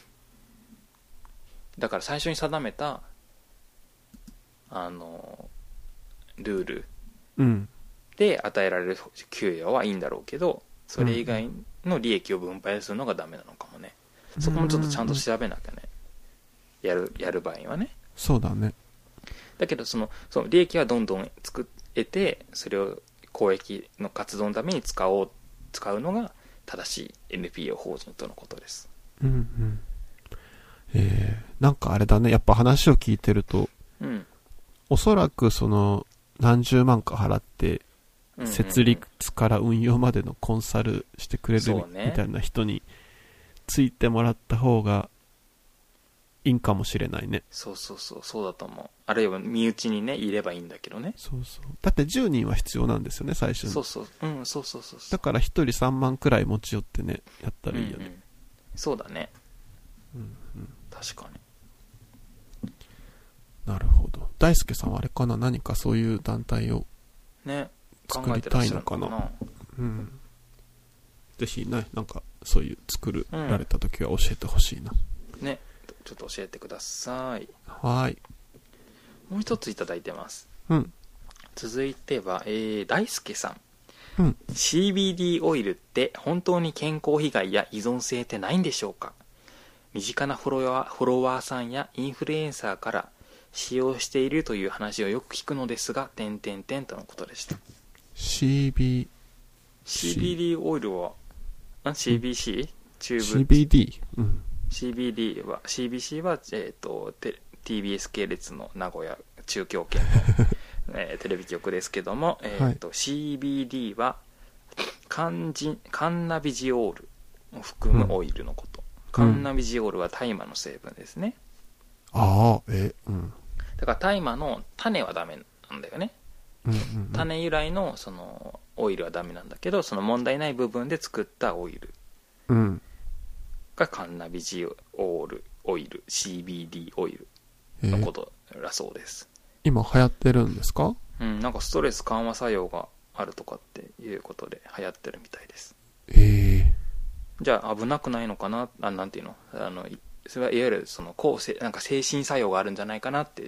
だから最初に定めたあのルールで与えられる給与はいいんだろうけど、それ以外の利益を分配するのがダメなのかもね。そこもちょっとちゃんと調べなきゃね、やるやる場合はね。 そうだね。 だけどそのその利益はどんどん作ってて、それを公益の活動のために使おう使うのが正しい エヌピーオー 法人とのことです。 うんうん。えー、なんかあれだね、やっぱ話を聞いてると、うん、おそらくその何十万か払って設立から運用までのコンサルしてくれるみたいな人についてもらった方がいいんかもしれないね。 そうそうそう、そうだと思う。あるいは身内にねいればいいんだけどね。 そうそう。だってじゅうにんは必要なんですよね、最初に。 そうそう、うん、そうそうそうそう。 だからひとりさんまんくらい持ち寄ってね、やったらいいよね。 うんうん、そうだね。 うんうん。 確かに。 なるほど。大輔さんはあれかな、何かそういう団体をね作りたいのかな。 なうん。ぜひね、なんかそういう作るられた時は教えてほしいな。 うん、ね。ちょっと教えてください。 はい。 もう一ついただいてます。 うん。 続いては、えー、大輔さん。うん。 シービーディー オイルって本当に健康被害や依存性ってないんでしょうか？身近なフォロワー、フォロワーさんやインフルエンサーから使用しているという話をよく聞くのですが、点々点とのことでした。 シービー、 シービーディー オイルは、あ シービーシー？ チューブシービーディー？ うん。 シービーディー は シービーシー は、えー、と ティービーエス 系列の名古屋中京圏の、えー、テレビ局ですけども、えーとはい、シービーディー はカンジカンナビジオールを含むオイルのこと、うん、カンナビジオールは大麻の成分ですね、 うん、ああえうんだから大麻の種はダメなんだよね、 うんうんうん、 種由来のそのオイルはダメなんだけど、その問題ない部分で作ったオイル、 うんがカンナビジオールオイル シービーディー オイルのことらそうです、 えー、今流行ってるんですか？ うん、なんかストレス緩和作用があるとかっていうことで流行ってるみたいです。 えー、じゃあ危なくないのかな、あなんていうの、あのそれはいわゆるそのこうなんか精神作用があるんじゃないかなって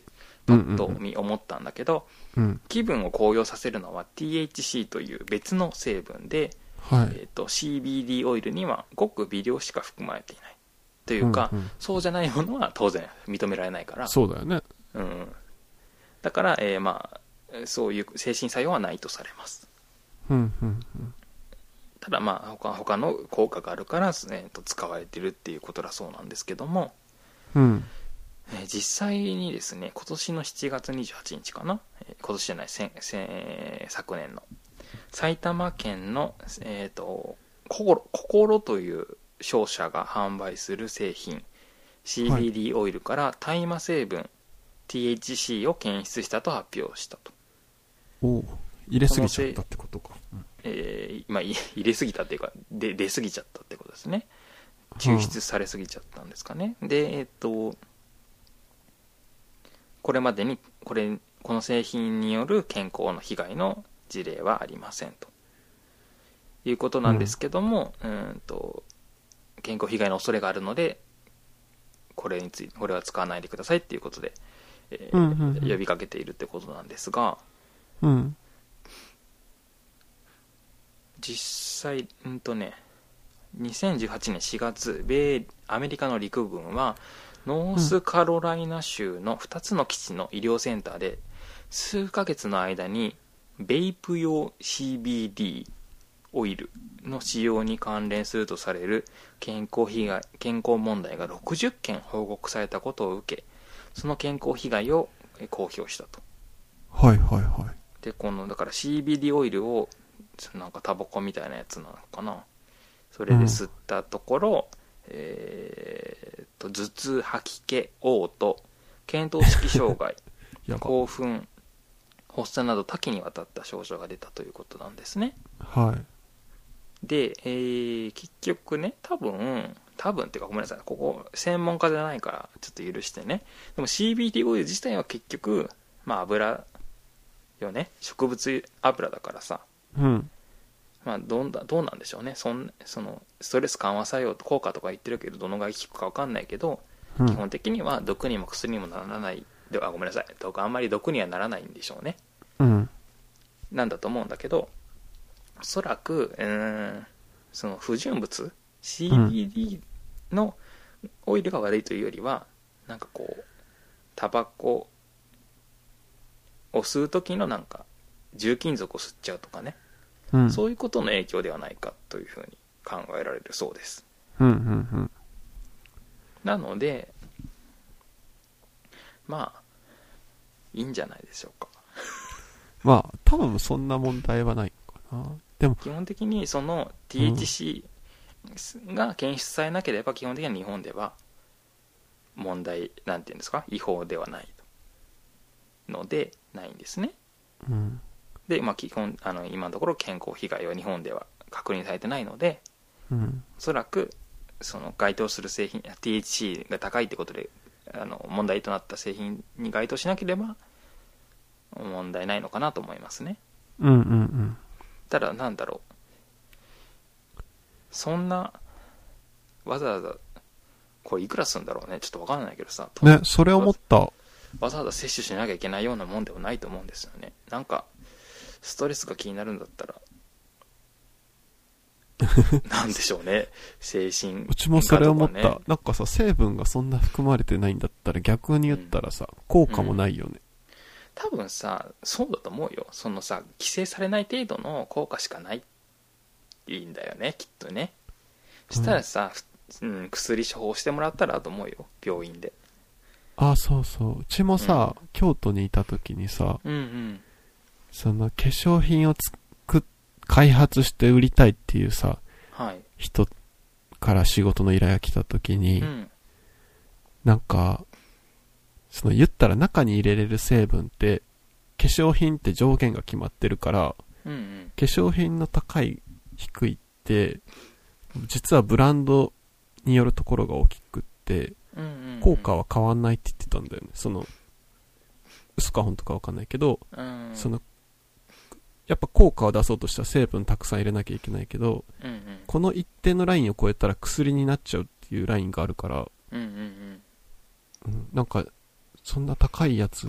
パッと見思ったんだけど、 うんうんうん、 気分を高揚させるのは ティーエイチシー という別の成分で、 はい、 えーと、シービーディー オイルにはごく微量しか含まれていないというか、うんうん、そうじゃないものは当然認められないから、 そうだよね、 うん、だから、えー、まあそういう精神作用はないとされます、 うんうんうん、 ただまあ 他, 他の効果があるから、えー、と使われてるっていうことだそうなんですけども、 うん、 えー、実際にですね、今年のしちがつにじゅうはちにちかな、えー、今年じゃないせせ昨年の埼玉県の、えー、と心心という商社が販売する製品 シービーディー オイルから大麻成分 ティーエイチシー を検出したと発表したと。 お入れすぎちゃったってことか、 うん、えーまあ、入れすぎたっていうかで出すぎちゃったってことですね。抽出されすぎちゃったんですかね、はあ、でえっ、ー、とこれまでにこれこの製品による健康の被害の事例はありませんということなんですけども、うん、うんと健康被害の恐れがあるのでこれについてこれは使わないでくださいっていうことで、えーうんうんうん、呼びかけているってことなんですが、 うん、 実際うんとねにせんじゅうはちねんしがつ米アメリカの陸軍はノースカロライナ州のふたつの基地の医療センターで数ヶ月の間にベイプ用 シービーディー オイルの使用に関連するとされる健康被害健康問題がろくじゅっけん報告されたことを受け、その健康被害を公表したと。 はいはいはい。 でこのだから シービーディー オイルをなんかタバコみたいなやつなのかな、それで吸ったところ、うん、えー、と頭痛、吐き気、嘔吐、見当識障害興奮、発作など多岐にわたった症状が出たということなんですね。 はい。 で、えー、結局ね、多分多分っていうかごめんなさい、ここ専門家じゃないからちょっと許してね。でも シービーディー オイル自体は結局まあ油よね、植物油だからさ、 うん、 まあどうだどうなんでしょうね。そんそのストレス緩和作用効果とか言ってるけどどのぐらい効くか分かんないけど、うん、基本的には毒にも薬にもならないではごめんなさい、毒あんまり毒にはならないんでしょうね。 うん、 なんだと思うんだけど、おそらく、うーん、その不純物 シービーディー のオイルが悪いというよりは、なんかこうタバコを吸う時のなんか重金属を吸っちゃうとかね、うん、そういうことの影響ではないかというふうに考えられるそうです、 うんうんうん、 なのでまあいいんじゃないでしょうか。 まあ多分そんな問題はないかな。でも基本的にその ティーエイチシー が検出されなければ基本的には日本では問題なんていうんですか、違法ではないのでないんですね、 うん、 で、まあ、基本あの今のところ健康被害は日本では確認されてないので、 うん、 おそらくその該当する製品 ティーエイチシー が高いってことであの問題となった製品に該当しなければ問題ないのかなと思いますね。 うんうんうん。 ただなんだろう、そんなわざわざこれいくらするんだろうね、ちょっと分からないけどさ、 ね、それ思った。 わざわざ摂取しなきゃいけないようなもんではないと思うんですよね。なんかストレスが気になるんだったらなんでしょうね、精神、 うちもそれ思った。なんかさ、成分がそんな含まれてないんだったら逆に言ったらさ、うん、効果もないよね、うん、 多分さそうだと思うよ。そのさ規制されない程度の効果しかないいいんだよねきっとね。そしたらさ、うんうん、薬処方してもらったらと思うよ、病院で。 あ、そうそう、うちもさ、うん、京都にいた時にさ、 うんうん、 その化粧品をつく開発して売りたいっていうさ、 はい、 人から仕事の依頼が来た時に、 うん、 なんかその言ったら中に入れれる成分って化粧品って上限が決まってるから、 うんうん、 化粧品の高い低いって実はブランドによるところが大きくって、 うんうんうん、 効果は変わんないって言ってたんだよね。その嘘か本当か分かんないけど、 うん、 そのやっぱ効果を出そうとしたら成分たくさん入れなきゃいけないけど、 うんうん、 この一定のラインを超えたら薬になっちゃうっていうラインがあるから、 うんうんうんうん、なんかそんな高いやつ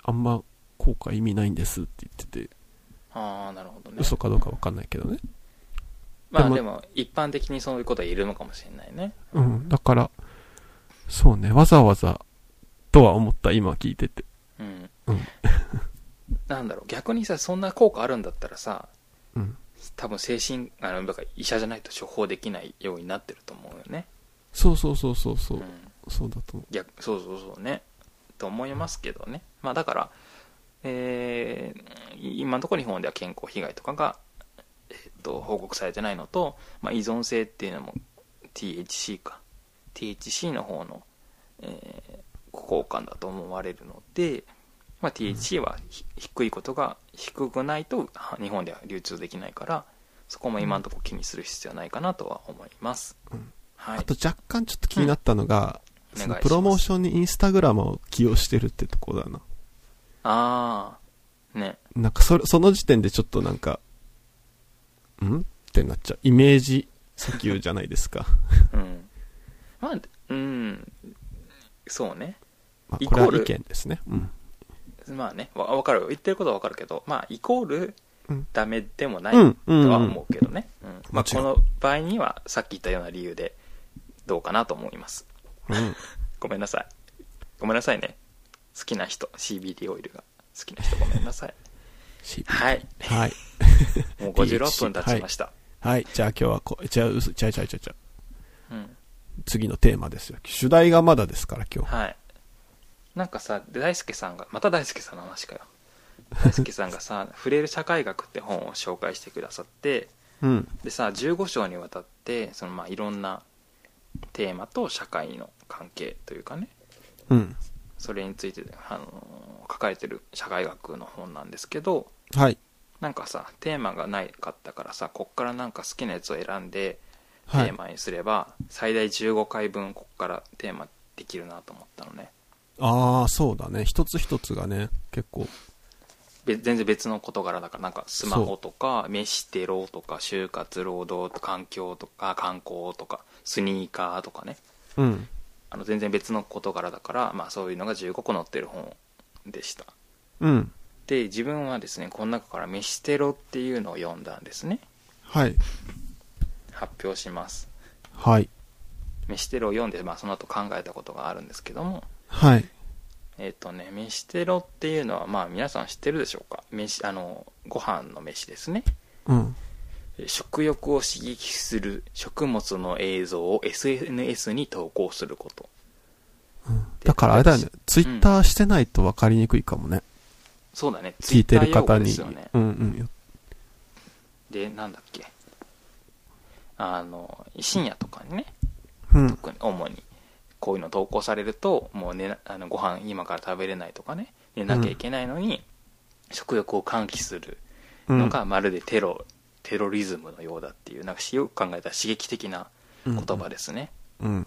あんま効果意味ないんですって言ってて、 ああなるほどね。 嘘かどうか分かんないけどね。 まあでも、でも一般的にそういうことは言えるのかもしれないね。 うん、だからそうね、わざわざとは思った、今聞いてて。 うん。 うん、 なんだろう、逆にさ、そんな効果あるんだったらさ、 うん、 多分精神あのだから医者じゃないと処方できないようになってると思うよね。 そうそうそうそうそう、うん、そうだと思う。 逆そうそうそうねと思いますけどね。まあだから、えー、今のところ日本では健康被害とかが、えー、と報告されてないのと、まあ、依存性っていうのも ティーエイチシー か ティーエイチシー の方の、えー、効果だと思われるので、まあ、ティーエイチシー は、うん、低いことが低くないと日本では流通できないから、そこも今のところ気にする必要はないかなとは思います、うんはい、 あと若干ちょっと気になったのが、うん、そのプロモーションにインスタグラムを起用してるってとこだな。 ああね、 なんかそれその時点でちょっとなんかんってなっちゃう。イメージ訴求じゃないですかうんまあうんそうね、 まあ、これは意見ですね。うんまあね、わ分かる、言ってることは分かるけど、まあイコールダメでもないとは思うけどね、うんうんうんうん、まあ、この場合にはさっき言ったような理由でどうかなと思います、うん、ごめんなさいごめんなさいね、好きな人 シービーディー オイルが好きな人ごめんなさいはい、はい、もうごじゅうろっぷん経ちました、 はい、はい、じゃあ今日はこじゃあうすちゃいちゃいちゃいちゃ、うん、次のテーマですよ。主題がまだですから今日。 はい、なんかさ、大輔さんがまた大輔さんの話かよ大輔さんがさ「触れる社会学」って本を紹介してくださって、うん、でさじゅうご章にわたってそのまあいろんなテーマと社会の関係というかね、うん、それについて、あのー、書かれてる社会学の本なんですけど、はい、なんかさテーマがないかったからさ、こっからなんか好きなやつを選んでテーマにすれば、はい、最大じゅうごかいぶんこっからテーマできるなと思ったのね。 ああそうだね、一つ一つがね結構全然別の事柄だから、なんかスマホとか飯テロとか就活労働環境とか観光とかスニーカーとかね、うん、あの全然別の事柄だから、まあ、そういうのがじゅうごこ載ってる本でした、うん、で自分はですねこの中から飯テロっていうのを読んだんですね。はい、発表します。はい、飯テロを読んで、まあ、その後考えたことがあるんですけども、はい、えっとね、飯テロっていうのは、まあ皆さん知ってるでしょうか。飯、あの、ご飯の飯ですね。うん。食欲を刺激する食物の映像を エスエヌエス に投稿すること。 うん、だからあれだよね、ツイッターしてないと分かりにくいかもね。うん、 そうだね、 聞いてる方に。ツイッター用語ですよね。うんうん。 で、なんだっけ。あの、深夜とかにね、うん、特に主に。こういうの投稿されるともう、ね、あのご飯今から食べれないとかね、寝なきゃいけないのに、うん、食欲を喚起するのがまるでテロ、うん、テロリズムのようだっていう、なんかよく考えたら刺激的な言葉ですね、うんうん、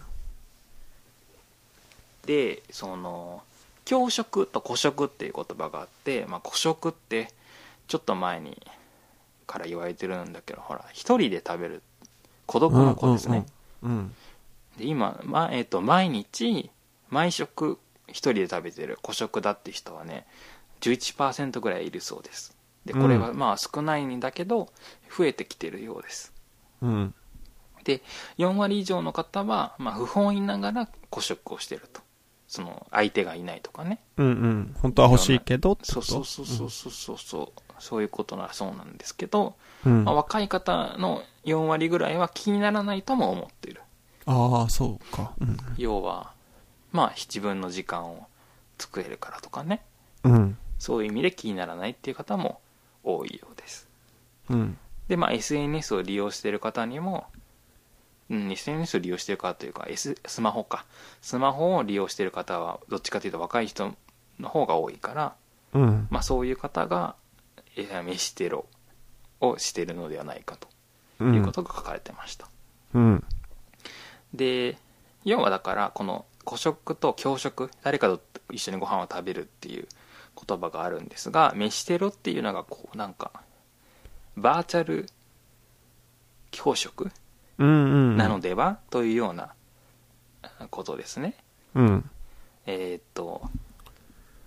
でその教食と孤食っていう言葉があって、まあ、孤食ってちょっと前にから言われてるんだけど、ほら一人で食べる孤独の子ですね、うんうんうんうん、で今、まえー、と毎日毎食一人で食べてる孤食だって人はね じゅういちパーセント ぐらいいるそうです。でこれはまあ少ないんだけど増えてきてるようです、うん、でよんわり以上の方は、まあ、不本意ながら孤食をしてると、その相手がいないとかね、うんうん、 本当は欲しいけどってこと、 そうそうそうそうそうそう、うん、そういうことならそうなんですけど、うんまあ、若い方のよんわりぐらいは気にならないとも思っている。 ああそうか、うん、 要はまあ自分の時間を作れるからとかね、うん、そういう意味で気にならないっていう方も多いようです、うん、でまあ エスエヌエス を利用している方にも、うん、エスエヌエス を利用している方というか、S、スマホかスマホを利用している方はどっちかというと若い人の方が多いから、うんまあ、そういう方が飯テロをしているのではないかということが書かれてました、うん、で要はだからこの孤食と教食、誰かと一緒にご飯を食べるっていう言葉があるんですが、飯テロっていうのがこうなんかバーチャル教食なのでは、うんうん、というようなことですね、うん、えー、っと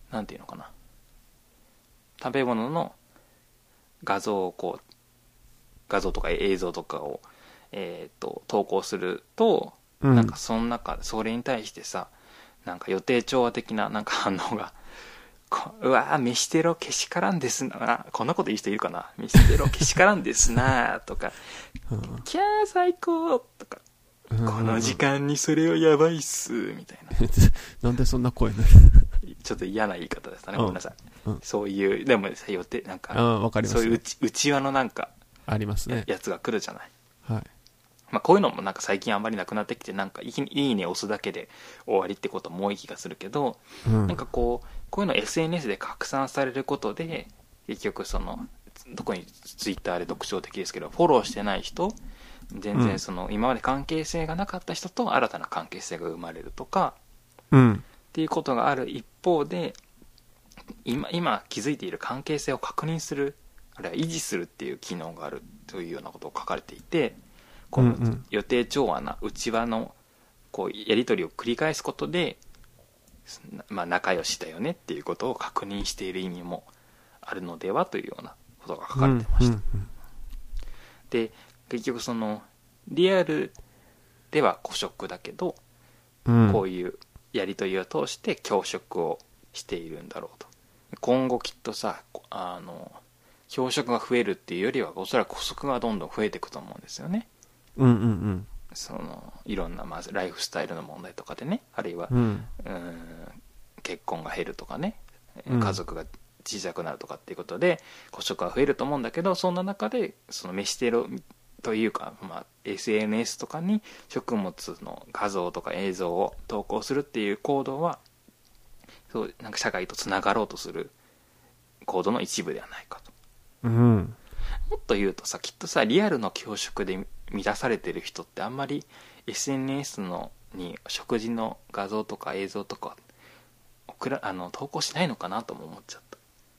なんていうのかな、食べ物の画像をこう画像とか映像とかを、えー、と投稿すると、うん、なんかその中でそれに対してさ、なんか予定調和的ななんか反応がうわー飯テロけしからんですな、こんなこと言う人いるかな、飯テロけしからんですなとか、うん、キャー最高とか、うん、この時間にそれはやばいっすみたいななんでそんな声ねちょっと嫌な言い方でしたね、ごめんなさい、うん、そういうでも予定なんか、 わかります、 そういう内内輪のなんかありますね、 やつが来るじゃない、 はい、 まあ、こういうのもなんか最近あんまりなくなってきて、なんかいいね押すだけで終わりってことも多い気がするけど、うん、なんかこうこういうの エスエヌエス で拡散されることで結局その特にツイッターで特徴的ですけど、フォローしてない人、全然その今まで関係性がなかった人と新たな関係性が生まれるとか、うん、っていうことがある一方で、今今築いている関係性を確認する、あるいは維持するっていう機能があるというようなことを書かれていて、この予定調和な内輪のこうやり取りを繰り返すことで、まあ、仲良しだよねっていうことを確認している意味もあるのではというようなことが書かれてました、うんうんうん、で結局そのリアルでは孤食だけど、うん、こういうやり取りを通して共食をしているんだろうと。今後きっとさ、あの共食が増えるっていうよりはおそらく孤食がどんどん増えていくと思うんですよね。 うんうんうん、 そのいろんなまずライフスタイルの問題とかでね、あるいは、うん、うーん結婚が減るとかね、家族が小さくなるとかっていうことで孤食が増えると思うんだけど、そんな中でその飯テロというか、まあ、エスエヌエス とかに食物の画像とか映像を投稿するっていう行動は、そうなんか社会とつながろうとする行動の一部ではないかと、うん、もっと言うとさ、きっとさリアルの共食で満たされてる人ってあんまり エスエヌエス のに食事の画像とか映像とか送らあの投稿しないのかなとも思っちゃった。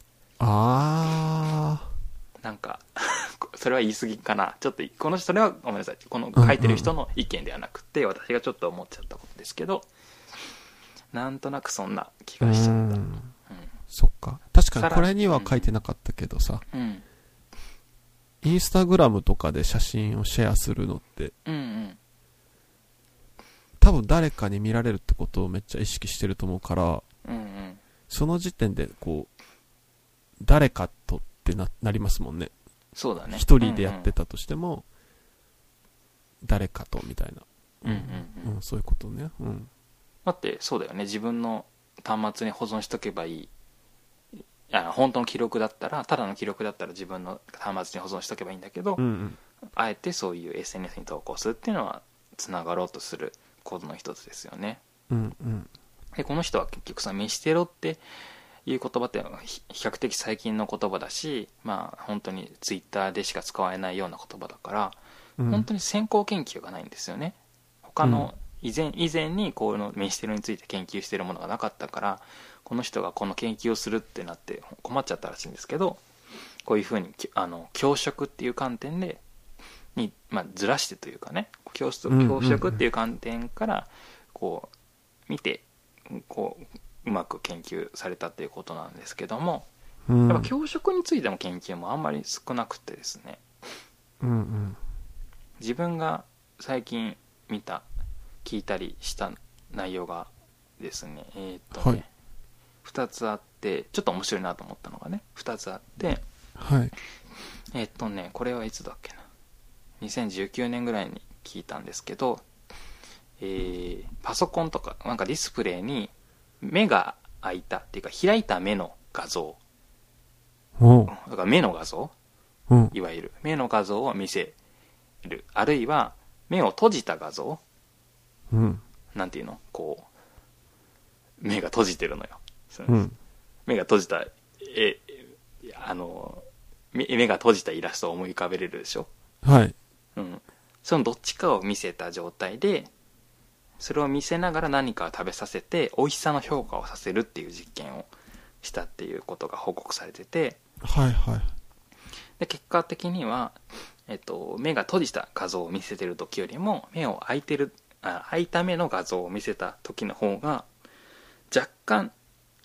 あーなんかそれは言い過ぎかな、ちょっとこのそれはごめんなさい、この書いてる人の意見ではなくて、うんうん、私がちょっと思っちゃったことですけど、なんとなくそんな気がしちゃった。うん、うん、 そっか、確かにこれには書いてなかったけどさ、うん、インスタグラムとかで写真をシェアするのって、うんうん、多分誰かに見られるってことをめっちゃ意識してると思うから、うんうん、その時点でこう誰かとって な, なりますもんね。 そうだね。 一人でやってたとしても、うんうん、誰かとみたいな、うんうんうんうん、そういうことね、うん、 だってそうだよね、自分の端末に保存しとけばいい、いや本当の記録だったら、ただの記録だったら自分の端末に保存しとけばいいんだけど、うんうん、あえてそういう エスエヌエス に投稿するっていうのはつながろうとする行動の一つですよね、うんうん、でこの人は結局さ、飯テロっていう言葉って比較的最近の言葉だし、まあ本当にツイッターでしか使われないような言葉だから、うん、本当に先行研究がないんですよね。他の以前、以前にこの飯テロについて研究しているものがなかったから、この人がこの研究をするってなって困っちゃったらしいんですけど、こういうふうにあの共食っていう観点でに、まあ、ずらしてというかね、共食っていう観点からこう見てこううまく研究されたということなんですけども、うん、やっぱ共食についての研究もあんまり少なくてですね、うんうん、自分が最近見た聞いたりした内容がですね、えーっとね、はい、ふたつあって、ちょっと面白いなと思ったのがねふたつあって、はい、えーっとねこれはいつだっけな、にせんじゅうきゅうねんぐらいに聞いたんですけど、えー、パソコンとかなんかディスプレイに目が開いたっていうか開いた目の画像、だから目の画像、いわゆる目の画像を見せる、あるいは目を閉じた画像、うん、なんていうの、こう目が閉じてるのよ、うん、目が閉じたえあの目が閉じたイラストを思い浮かべれるでしょ、はい、うん、そのどっちかを見せた状態で、それを見せながら何かを食べさせて美味しさの評価をさせるっていう実験をしたっていうことが報告されてて、はいはい、で結果的には、えっと、目が閉じた画像を見せてる時よりも目を開いてるあ開いた目の画像を見せた時の方が若干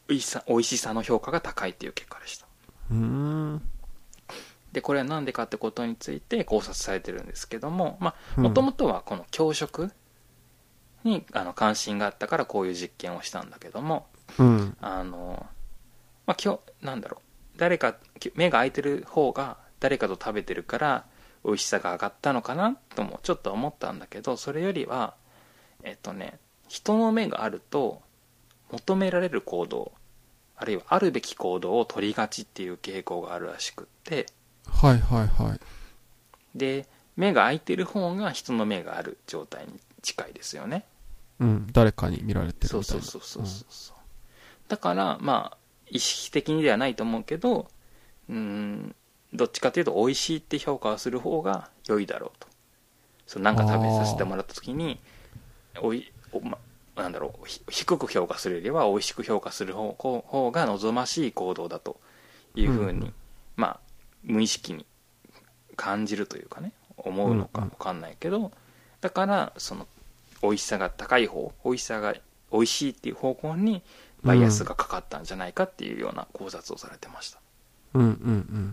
おいしさ、おいしさの評価が高いっていう結果でした。 うーん。 で、これはなんでかってことについて考察されてるんですけども、まあ、もともとはこの教職にあの関心があったからこういう実験をしたんだけども、 うん、 あの、まあ、今日、なんだろう、誰か、目が開いてる方が誰かと食べてるから美味しさが上がったのかなともちょっと思ったんだけど、それよりは、えっとね、人の目があると求められる行動、あるいはあるべき行動を取りがちっていう傾向があるらしくって、 はいはいはい。 で、目が開いてる方が人の目がある状態に近いですよね。 うん、誰かに見られてるみたいな。 そうそうそうそうそう、うん、だからまあ意識的にではないと思うけど、うーん、どっちかというと美味しいって評価をする方が良いだろうと。そう、なんか食べさせてもらった時においお、ま、なんだろう、低く評価するよりは美味しく評価する方、方が望ましい行動だというふうに、うん、まあ無意識に感じるというかね、思うのか分かんないけど、うんうん、だからその美味しさが高い方、美味しさが美味しいっていう方向にバイアスがかかったんじゃないかっていうような考察をされてました。 うんうんうん。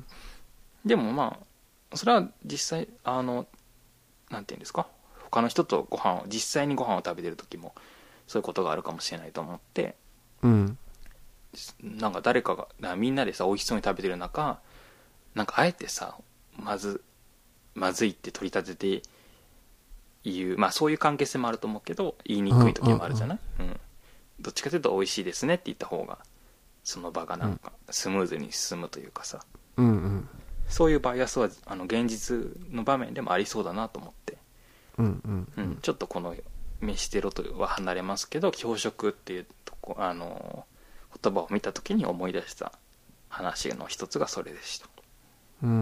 でもまあそれは実際あのなんていうんですか、他の人とご飯を実際にご飯を食べてる時もそういうことがあるかもしれないと思って、 うん、 なんか誰かがかみんなでさ美味しそうに食べてる中、なんかあえてさまずまずいって取り立てて言う、まあそういう関係性もあると思うけど言いにくい時もあるじゃない、うん、うんうん、どっちかというと美味しいですねって言った方がその場がなんかスムーズに進むというかさ、 うんうん、 そういうバイアスはあの現実の場面でもありそうだなと思って、 うんうんうんうん、ちょっとこの飯テロとは離れますけど教職っていうとこあの言葉を見た時に思い出した話の一つがそれでした。 うんうん、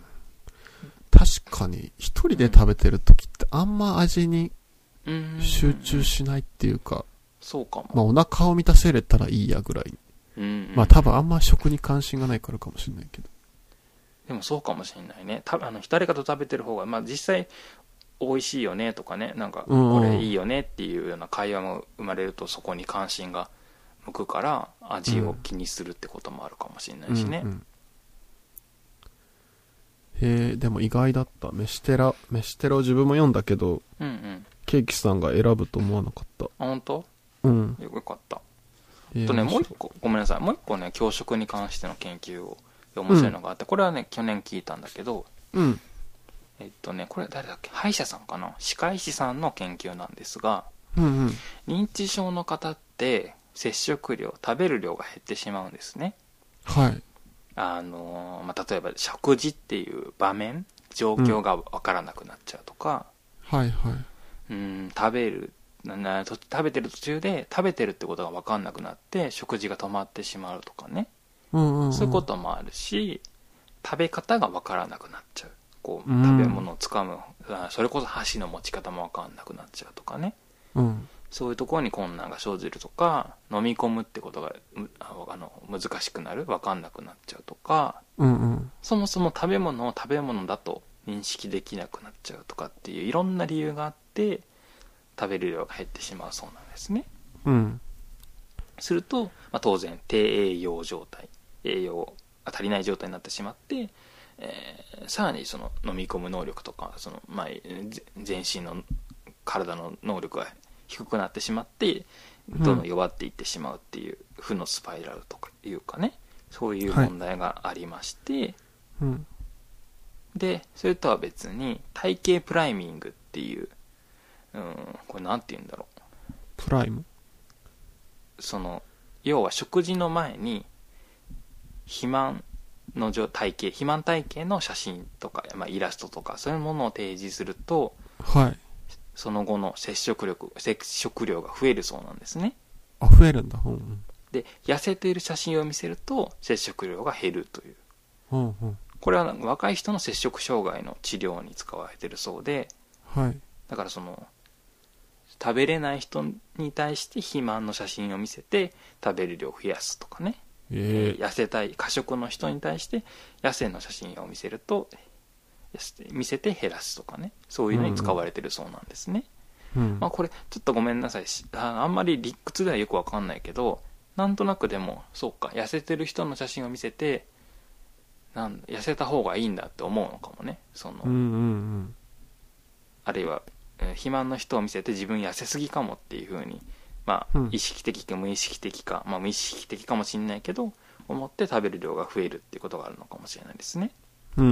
確かに一人で食べてる時ってあんま味に集中しないっていうか、 そうかも。 まあお腹を満たせれたらいいやぐらい、うんうん、まあ多分あんま食に関心がないからかもしれないけど、 でもそうかもしれないね。たあの誰かと食べてる方が、まあ、実際美味しいよねとかね、なんかこれいいよねっていうような会話も生まれるとそこに関心が向くから味を気にするってこともあるかもしれないしね、うんうん、 へえ、でも意外だった。飯テラ飯テラを自分も読んだけど、うんうん、ケーキさんが選ぶと思わなかった。 あ、本当？ うん、 よかった。えとね、もう一個ごめんなさい、もう一個ね教職に関しての研究を面白いのがあって、うん、これはね去年聞いたんだけど、 うん、 えっとねこれ誰だっけ、歯医者さんかな、歯科医師さんの研究なんですが、 うんうん、 認知症の方って摂食量、食べる量が減ってしまうんですね。 はい。 あのまあ、例えば食事っていう場面状況が分からなくなっちゃうとか、 うん、はいはい、 うん、食べるな食べてる途中で食べてるってことが分かんなくなって食事が止まってしまうとかね、 うんうんうん、 そういうこともあるし、食べ方が分からなくなっちゃう、こう食べ物をつかむ、うん、それこそ箸の持ち方も分かんなくなっちゃうとかね、 うん、 そういうところに困難が生じるとか、飲み込むってことがあの難しくなる、分かんなくなっちゃうとか、 うんうん、 そもそも食べ物を食べ物だと認識できなくなっちゃうとかっていういろんな理由があって食べる量が減ってしまうそうなんですね、 うん、 すると、まあ、当然低栄養状態、栄養が足りない状態になってしまって、えー、さらにその飲み込む能力とかその、まあ、全身の体の能力が低くなってしまってどんどん弱っていってしまうっていう負のスパイラルとかいうかね、そういう問題がありまして、はい、 うん、 でそれとは別に体型プライミングっていう、うん、これなんて言うんだろう、 プライム、 その要は食事の前に肥満の体型肥満体型の写真とか、まあ、イラストとかそういうものを提示すると、 はい、 その後の摂食力摂食量が増えるそうなんですね。 あ、増えるんだ、うんうん、 で痩せている写真を見せると摂食量が減るという、 うんうん、 これは若い人の摂食障害の治療に使われているそうで、 はい、 だからその食べれない人に対して肥満の写真を見せて食べる量を増やすとかね、 えー、 痩せたい過食の人に対して痩せの写真を見せると見せて減らすとかね、そういうのに使われているそうなんですね、 うんうん、 まあ、これちょっとごめんなさい、ああんまり理屈ではよくわかんないけどなんとなくでもそうか、痩せてる人の写真を見せてなん痩せた方がいいんだって思うのかもね。その、 うんうんうん、 あるいは、えー、肥満の人を見せて自分痩せすぎかもっていう風に、まあ、うん、意識的か無意識的か、まあ無意識的かもしれないけど思って食べる量が増えるっていうことがあるのかもしれないですね。 うんうん、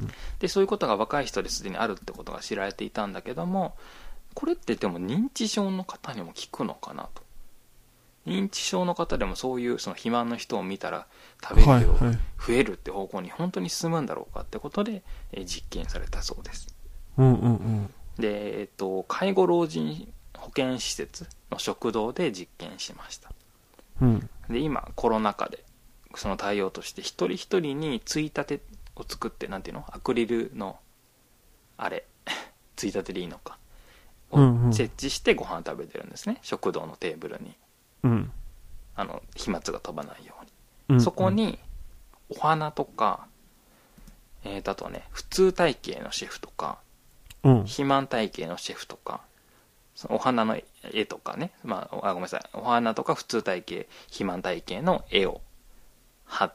でそういうことが若い人ですでにあるってことが知られていたんだけども、これってでも認知症の方にも効くのかなと。認知症の方でもそういうその肥満の人を見たら食べる量が増えるって方向に本当に進むんだろうかってことで、えー、実験されたそうです。 うんうんうん、 で、えっと、介護老人保健施設の食堂で実験しました。 うん、 で今コロナ禍でその対応として一人一人についたてを作って、なんていうの、アクリルのあれついたてでいいのかを設置してご飯食べてるんですね、食堂のテーブルに。 うん、 あの飛沫が飛ばないように、うんうん、そこにお花とか、えー、あとね普通体型のシェフとか、うん、肥満体型のシェフとか、そのお花の絵とかね、まあ、あごめんなさい、お花とか普通体型肥満体型の絵を貼って、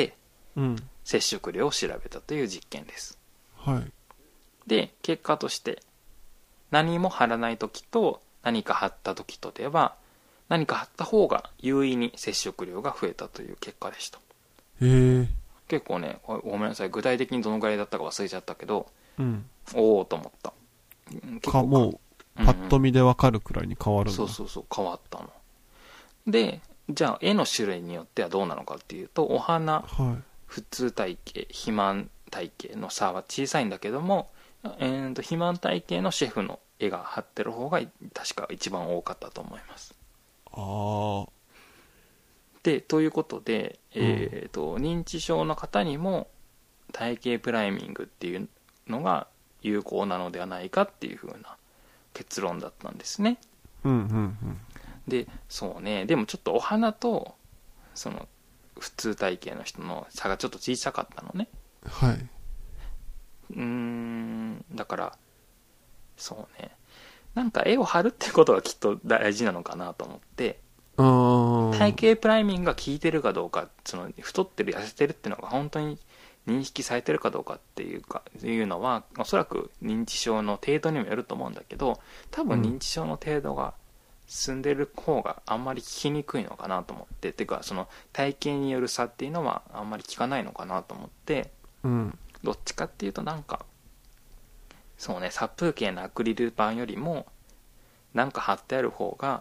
うん、摂食量を調べたという実験です。 はい。 で結果として何も貼らない時と何か貼った時とでは、何か貼った方が優位に摂食量が増えたという結果でした。 へえ。 結構ね、ごめんなさい、具体的にどのぐらいだったか忘れちゃったけど、 うん、 おおと思った。 結構もうパッと見でわかるくらいに変わるの、 うんうん、そうそうそう、変わったの。で、じゃあ絵の種類によってはどうなのかっていうと、お花、はい、普通体型、肥満体型の差は小さいんだけども、えー、と肥満体型のシェフの絵が貼ってる方が確か一番多かったと思います。 ああ。 でということで、えーとうん、認知症の方にも体型プライミングっていうのが有効なのではないかっていう風な結論だったんですね。 うんうんうん、 でそうね、でもちょっとお花とその普通体型の人の差がちょっと小さかったのね。 はい。うーんだからそうね、なんか絵を貼るってことがきっと大事なのかなと思って、体型プライミングが効いてるかどうか、その太ってる痩せてるっていうのが本当に認識されてるかどうかっていうかいうのはおそらく認知症の程度にもよると思うんだけど、多分認知症の程度が進んでる方があんまり効きにくいのかなと思って、てかその体型による差っていうのはあんまり効かないのかなと思って、 うん、 どっちかっていうとなんかそうね、殺風景なアクリル板よりもなんか貼ってある方が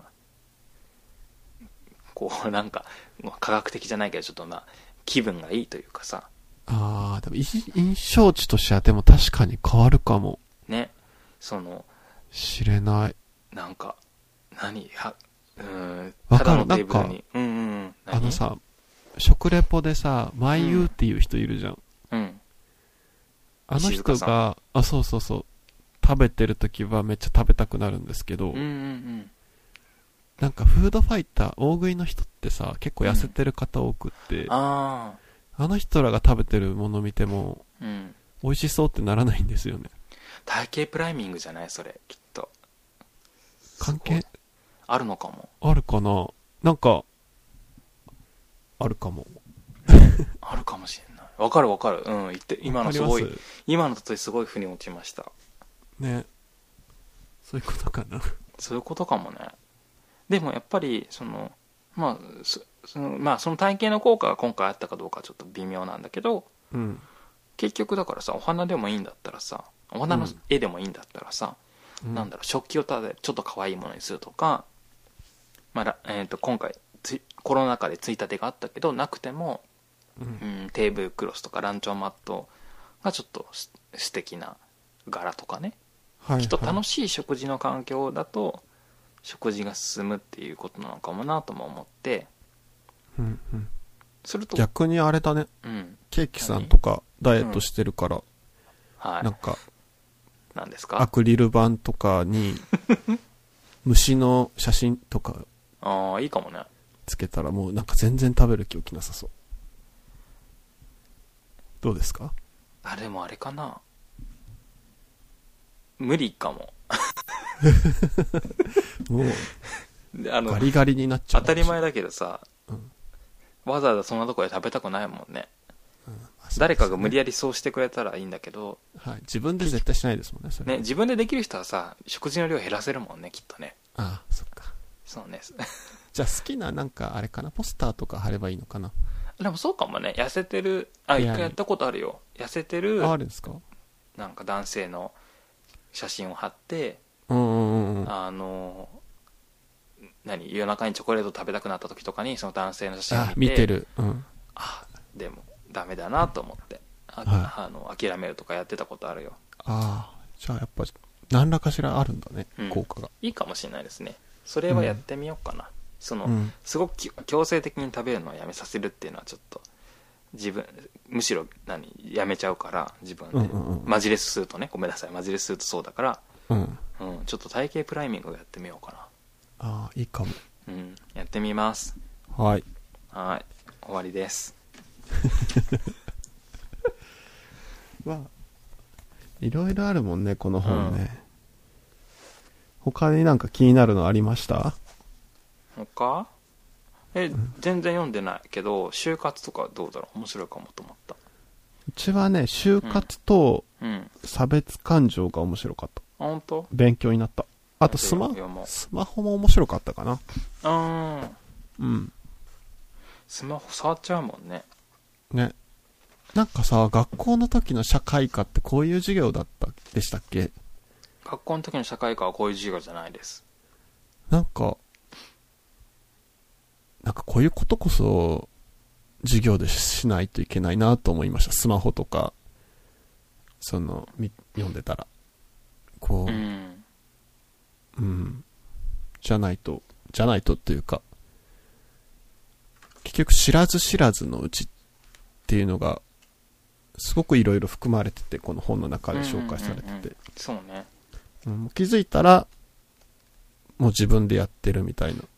こうなんか科学的じゃないけどちょっとまあ気分がいいというかさ。 ああ、でも印象値としてはでも確かに変わるかもね。その知れない。 なんか何はうーんわかる。なんか、 うんうん、 あのさ食レポでさマイユーっていう人いるじゃん。 うん、うん、 あの人があそうそうそう食べてるときはめっちゃ食べたくなるんですけど、 うんうんうん、 なんかフードファイター大食いの人ってさ結構痩せてる方多くって、うん、 あ, あの人らが食べてるもの見ても、 うん、 美味しそうってならないんですよね。 体型プライミングじゃないそれ、きっと関係あるのかも。 あるかな。なんかあるかもあるかもしれない。わかるわかる。うん、言って今のすごい今の例えすごい腑に落ちましたね。そういうことかな。 そういうことかもね。でもやっぱりそのまあ そ, そのまあその体型の効果が今回あったかどうかはちょっと微妙なんだけど、 うん、 結局だからさ、お花でもいいんだったらさ、お花の絵でもいいんだったらさ、うん、なんだろう、食器をただちょっと可愛いものにするとか、まあえー、と今回つコロナ禍でついたてがあったけどなくても、うんうん、テーブルクロスとかランチョンマットがちょっとす素敵な柄とかね、はいはい、きっと楽しい食事の環境だと食事が進むっていうことなのかもなとも思って、 うんうん、 すると逆にあれだね、 うん、 ケーキさんとかダイエットしてるから、うん、 はい、 なんか何ですか、 アクリル板とかに虫の写真とかああいいかもね、 つけたらもうなんか全然食べる気起きなさそう。どうですか？ あでもあれかな、無理かももうあのガリガリになっちゃう。 当たり前だけどさ、 うん、 わざわざそんなとこで食べたくないもんね、 うんまあ、 誰かが無理やりそうしてくれたらいいんだけど、 はい、自分で絶対しないですもんねそれね。自分でできる人はさ食事の量減らせるもんねきっとね。 ああそっか。 そうねじゃあ好きななんかあれかなポスターとか貼ればいいのかな。 でもそうかもね。痩せてる、あ、一回やったことあるよ。痩せてるああるんですか。 なんか男性の写真を貼って、 うんうんうん、 あの何夜中にチョコレート食べたくなった時とかにその男性の写真を見て、 あ見てる、うん、 あでもダメだなと思って、あ、はい、あの諦めるとかやってたことあるよ。 ああじゃあやっぱ何らかしらあるんだね、うん、効果がいいかもしれないですね。それはやってみようかな、うん、その、うん、すごく強制的に食べるのをやめさせるっていうのはちょっと自分むしろ何やめちゃうから自分で、うんうんうん、マジレスするとね、ごめんなさいマジレスするとそうだから、うんうん、ちょっと体型プライミングをやってみようかな。 ああいいかも、 うん、やってみます。 はいはい終わりですまあいろいろあるもんねこの本ね、うん、他になんか気になるのありました？ 他え、うん、全然読んでないけど就活とかどうだろう、面白いかもと思った。 うちはね就活と差別感情が面白かった、 うんうん、本当？ 勉強になった。あとスマスマホも面白かったかな。 あうんスマホ触っちゃうもんね。 ねなんかさ学校の時の社会科ってこういう授業だったでしたっけ？ 学校の時の社会科はこういう授業じゃないです。 なんかなんかこういうことこそ授業でしないといけないなと思いました。スマホとかその読んでたらこう、うんうん、じゃないとじゃないとっていうか結局知らず知らずのうちっていうのがすごくいろいろ含まれててこの本の中で紹介されてて、うんうんうんうん、 そうね、 うん、気づいたらもう自分でやってるみたいな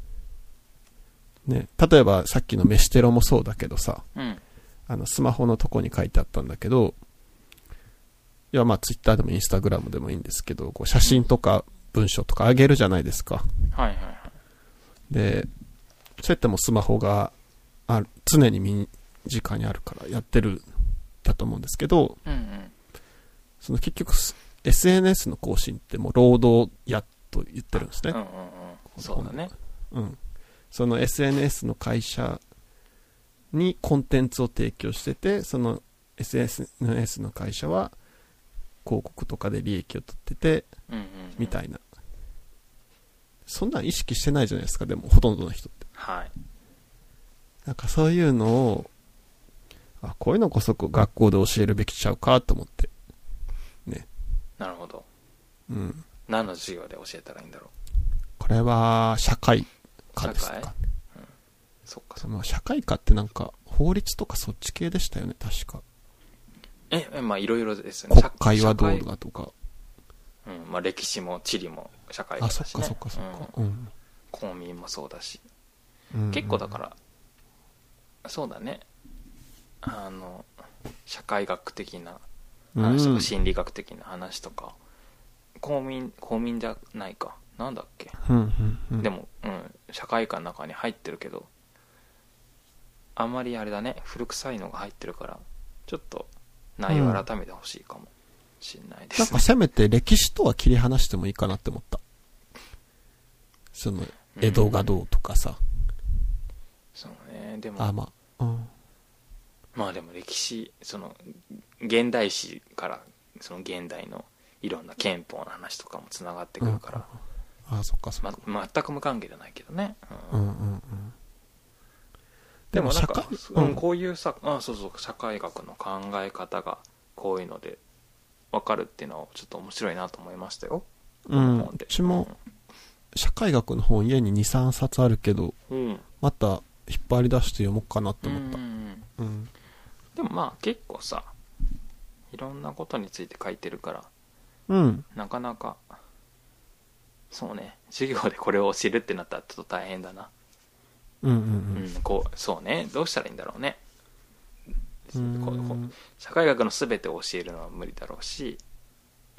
ね。例えばさっきの飯テロもそうだけどさ、うん、あのスマホのとこに書いてあったんだけど、いやまあツイッターでもインスタグラムでもいいんですけど、こう写真とか文章とか上げるじゃないですか。 はいはいはい。 で、そうやってもスマホがある常に身近にあるからやってるだと思うんですけど、うんうん、その結局 エスエヌエス の更新ってもう労働やと言ってるんですね。 うんうんうん、そうだね。 うん。その エスエヌエス の会社にコンテンツを提供してて、その エスエヌエス の会社は広告とかで利益を取ってて、うんうんうん、みたいな。そんなん意識してないじゃないですか、でもほとんどの人って。 はい。 なんかそういうのを、あ、こういうのこそ学校で教えるべきちゃうかと思って。ね。 なるほど。 うん。 何の授業で教えたらいいんだろう。 これは社会科ですか。 社会、うん、そっかそっか。 社会科ってなんか法律とかそっち系でしたよね、確か。 え、まあいろいろですね。 国会はどうだとか。 うん、まあ歴史も地理も社会科だしね。 あ、そっかそっかそっか。 うん。公民もそうだし。うんうん、結構だから、そうだね。あの、社会学的な話とか心理学的な話とか、うん、公民、公民じゃないか。なんだっけ、 うんうんうん、 でも、うん、社会科の中に入ってるけど、あんまりあれだね、古臭いのが入ってるから、ちょっと内容改めてほしいかもしれないです、ね、 なんかせめて歴史とは切り離してもいいかなって思った。その、江戸がどうとかさ。うん、 そうね、でも、 あ、まあ、うん。 まあでも歴史、その、現代史から、その現代のいろんな憲法の話とかもつながってくるから、うんああそっかそっか、 ま、全く無関係じゃないけどね、 うん、うんうんうんでもなんか、うん、こういうさあそうそう社会学の考え方がこういうので分かるっていうのはちょっと面白いなと思いましたよ。 うん、うちも社会学の本家に にさんさつあるけど、うん、また引っ張り出して読もうかなって思った、うんうん、 でもまあ結構さいろんなことについて書いてるから、 うん、 なかなかそうね、授業でこれを教えるってなったらちょっと大変だな。 うんうんうん。 うん、こう、そうね、どうしたらいいんだろうね。うこうこう社会学のすべてを教えるのは無理だろうし、 うん。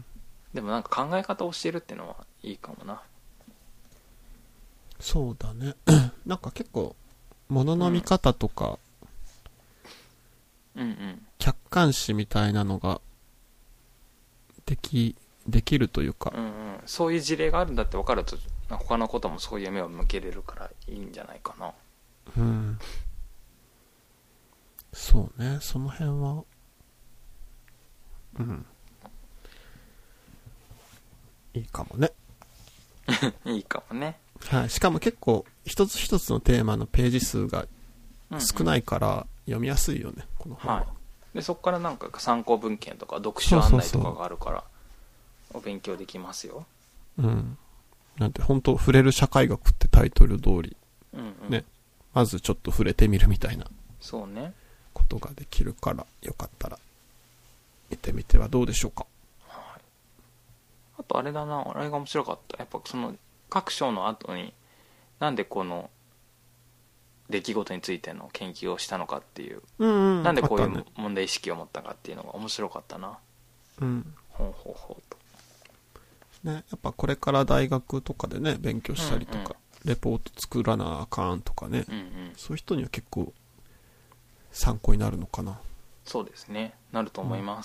でもなんか考え方を教えるっていうのはいいかもな。 そうだね。なんか結構、 物の見方とか、 うん、うんうん客観視みたいなのができできるというか、 うんうん、そういう事例があるんだって分かると他のこともそういう目を向けれるからいいんじゃないかな。 うん、そうね、その辺はうんいいかもねいいかもね。 はい、しかも結構一つ一つのテーマのページ数が少ないから読みやすいよね、うんうん、この本は、はい、 でそこからなんか参考文献とか読書案内とかがあるからお勉強できますよ。 うん。なんて本当触れる社会学ってタイトル通り、 うんうん、 ね、まずちょっと触れてみるみたいなそうねことができるからよかったら見てみてはどうでしょうか。 はい、あとあれだな、あれが面白かった。やっぱその各章の後になんでこの出来事についての研究をしたのかっていう、 うんうん、 なんでこういう問題意識を持ったかっていうのが面白かったな。 うん。 ほうほうほうと。 ね、やっぱこれから大学とかでね勉強したりとか、うんうん、レポート作らなあかんとかね、 うんうん、 そういう人には結構参考になるのかな。 そうですね、なると思います。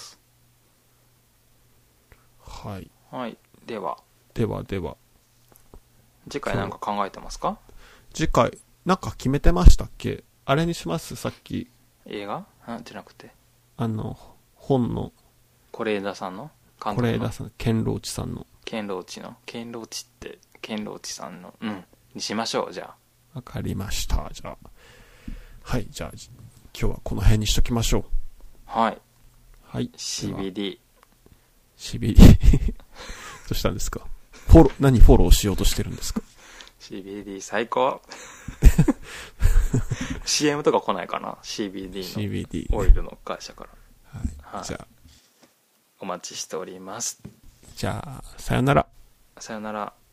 うん、はい。 はい。では。 ではでは。 次回なんか考えてますか？ 次回なんか決めてましたっけ？あれにします？さっき映画？あ、じゃなくてあの本の是枝さんの是枝さん、堅牢地さんの堅牢地の堅牢地って堅牢地さんのうんにしましょう。じゃあわかりました。じゃあはいじゃあ今日はこの辺にしときましょう。 はいはいシービーディーシービーディー どうしたんですか？フォロー何フォローしようとしてるんですか？ シービーディー 最高シーエム とか来ないかな シービーディー のオイルの会社から、 はいはい、じゃあお待ちしております。 じゃあさよなら。 さよなら。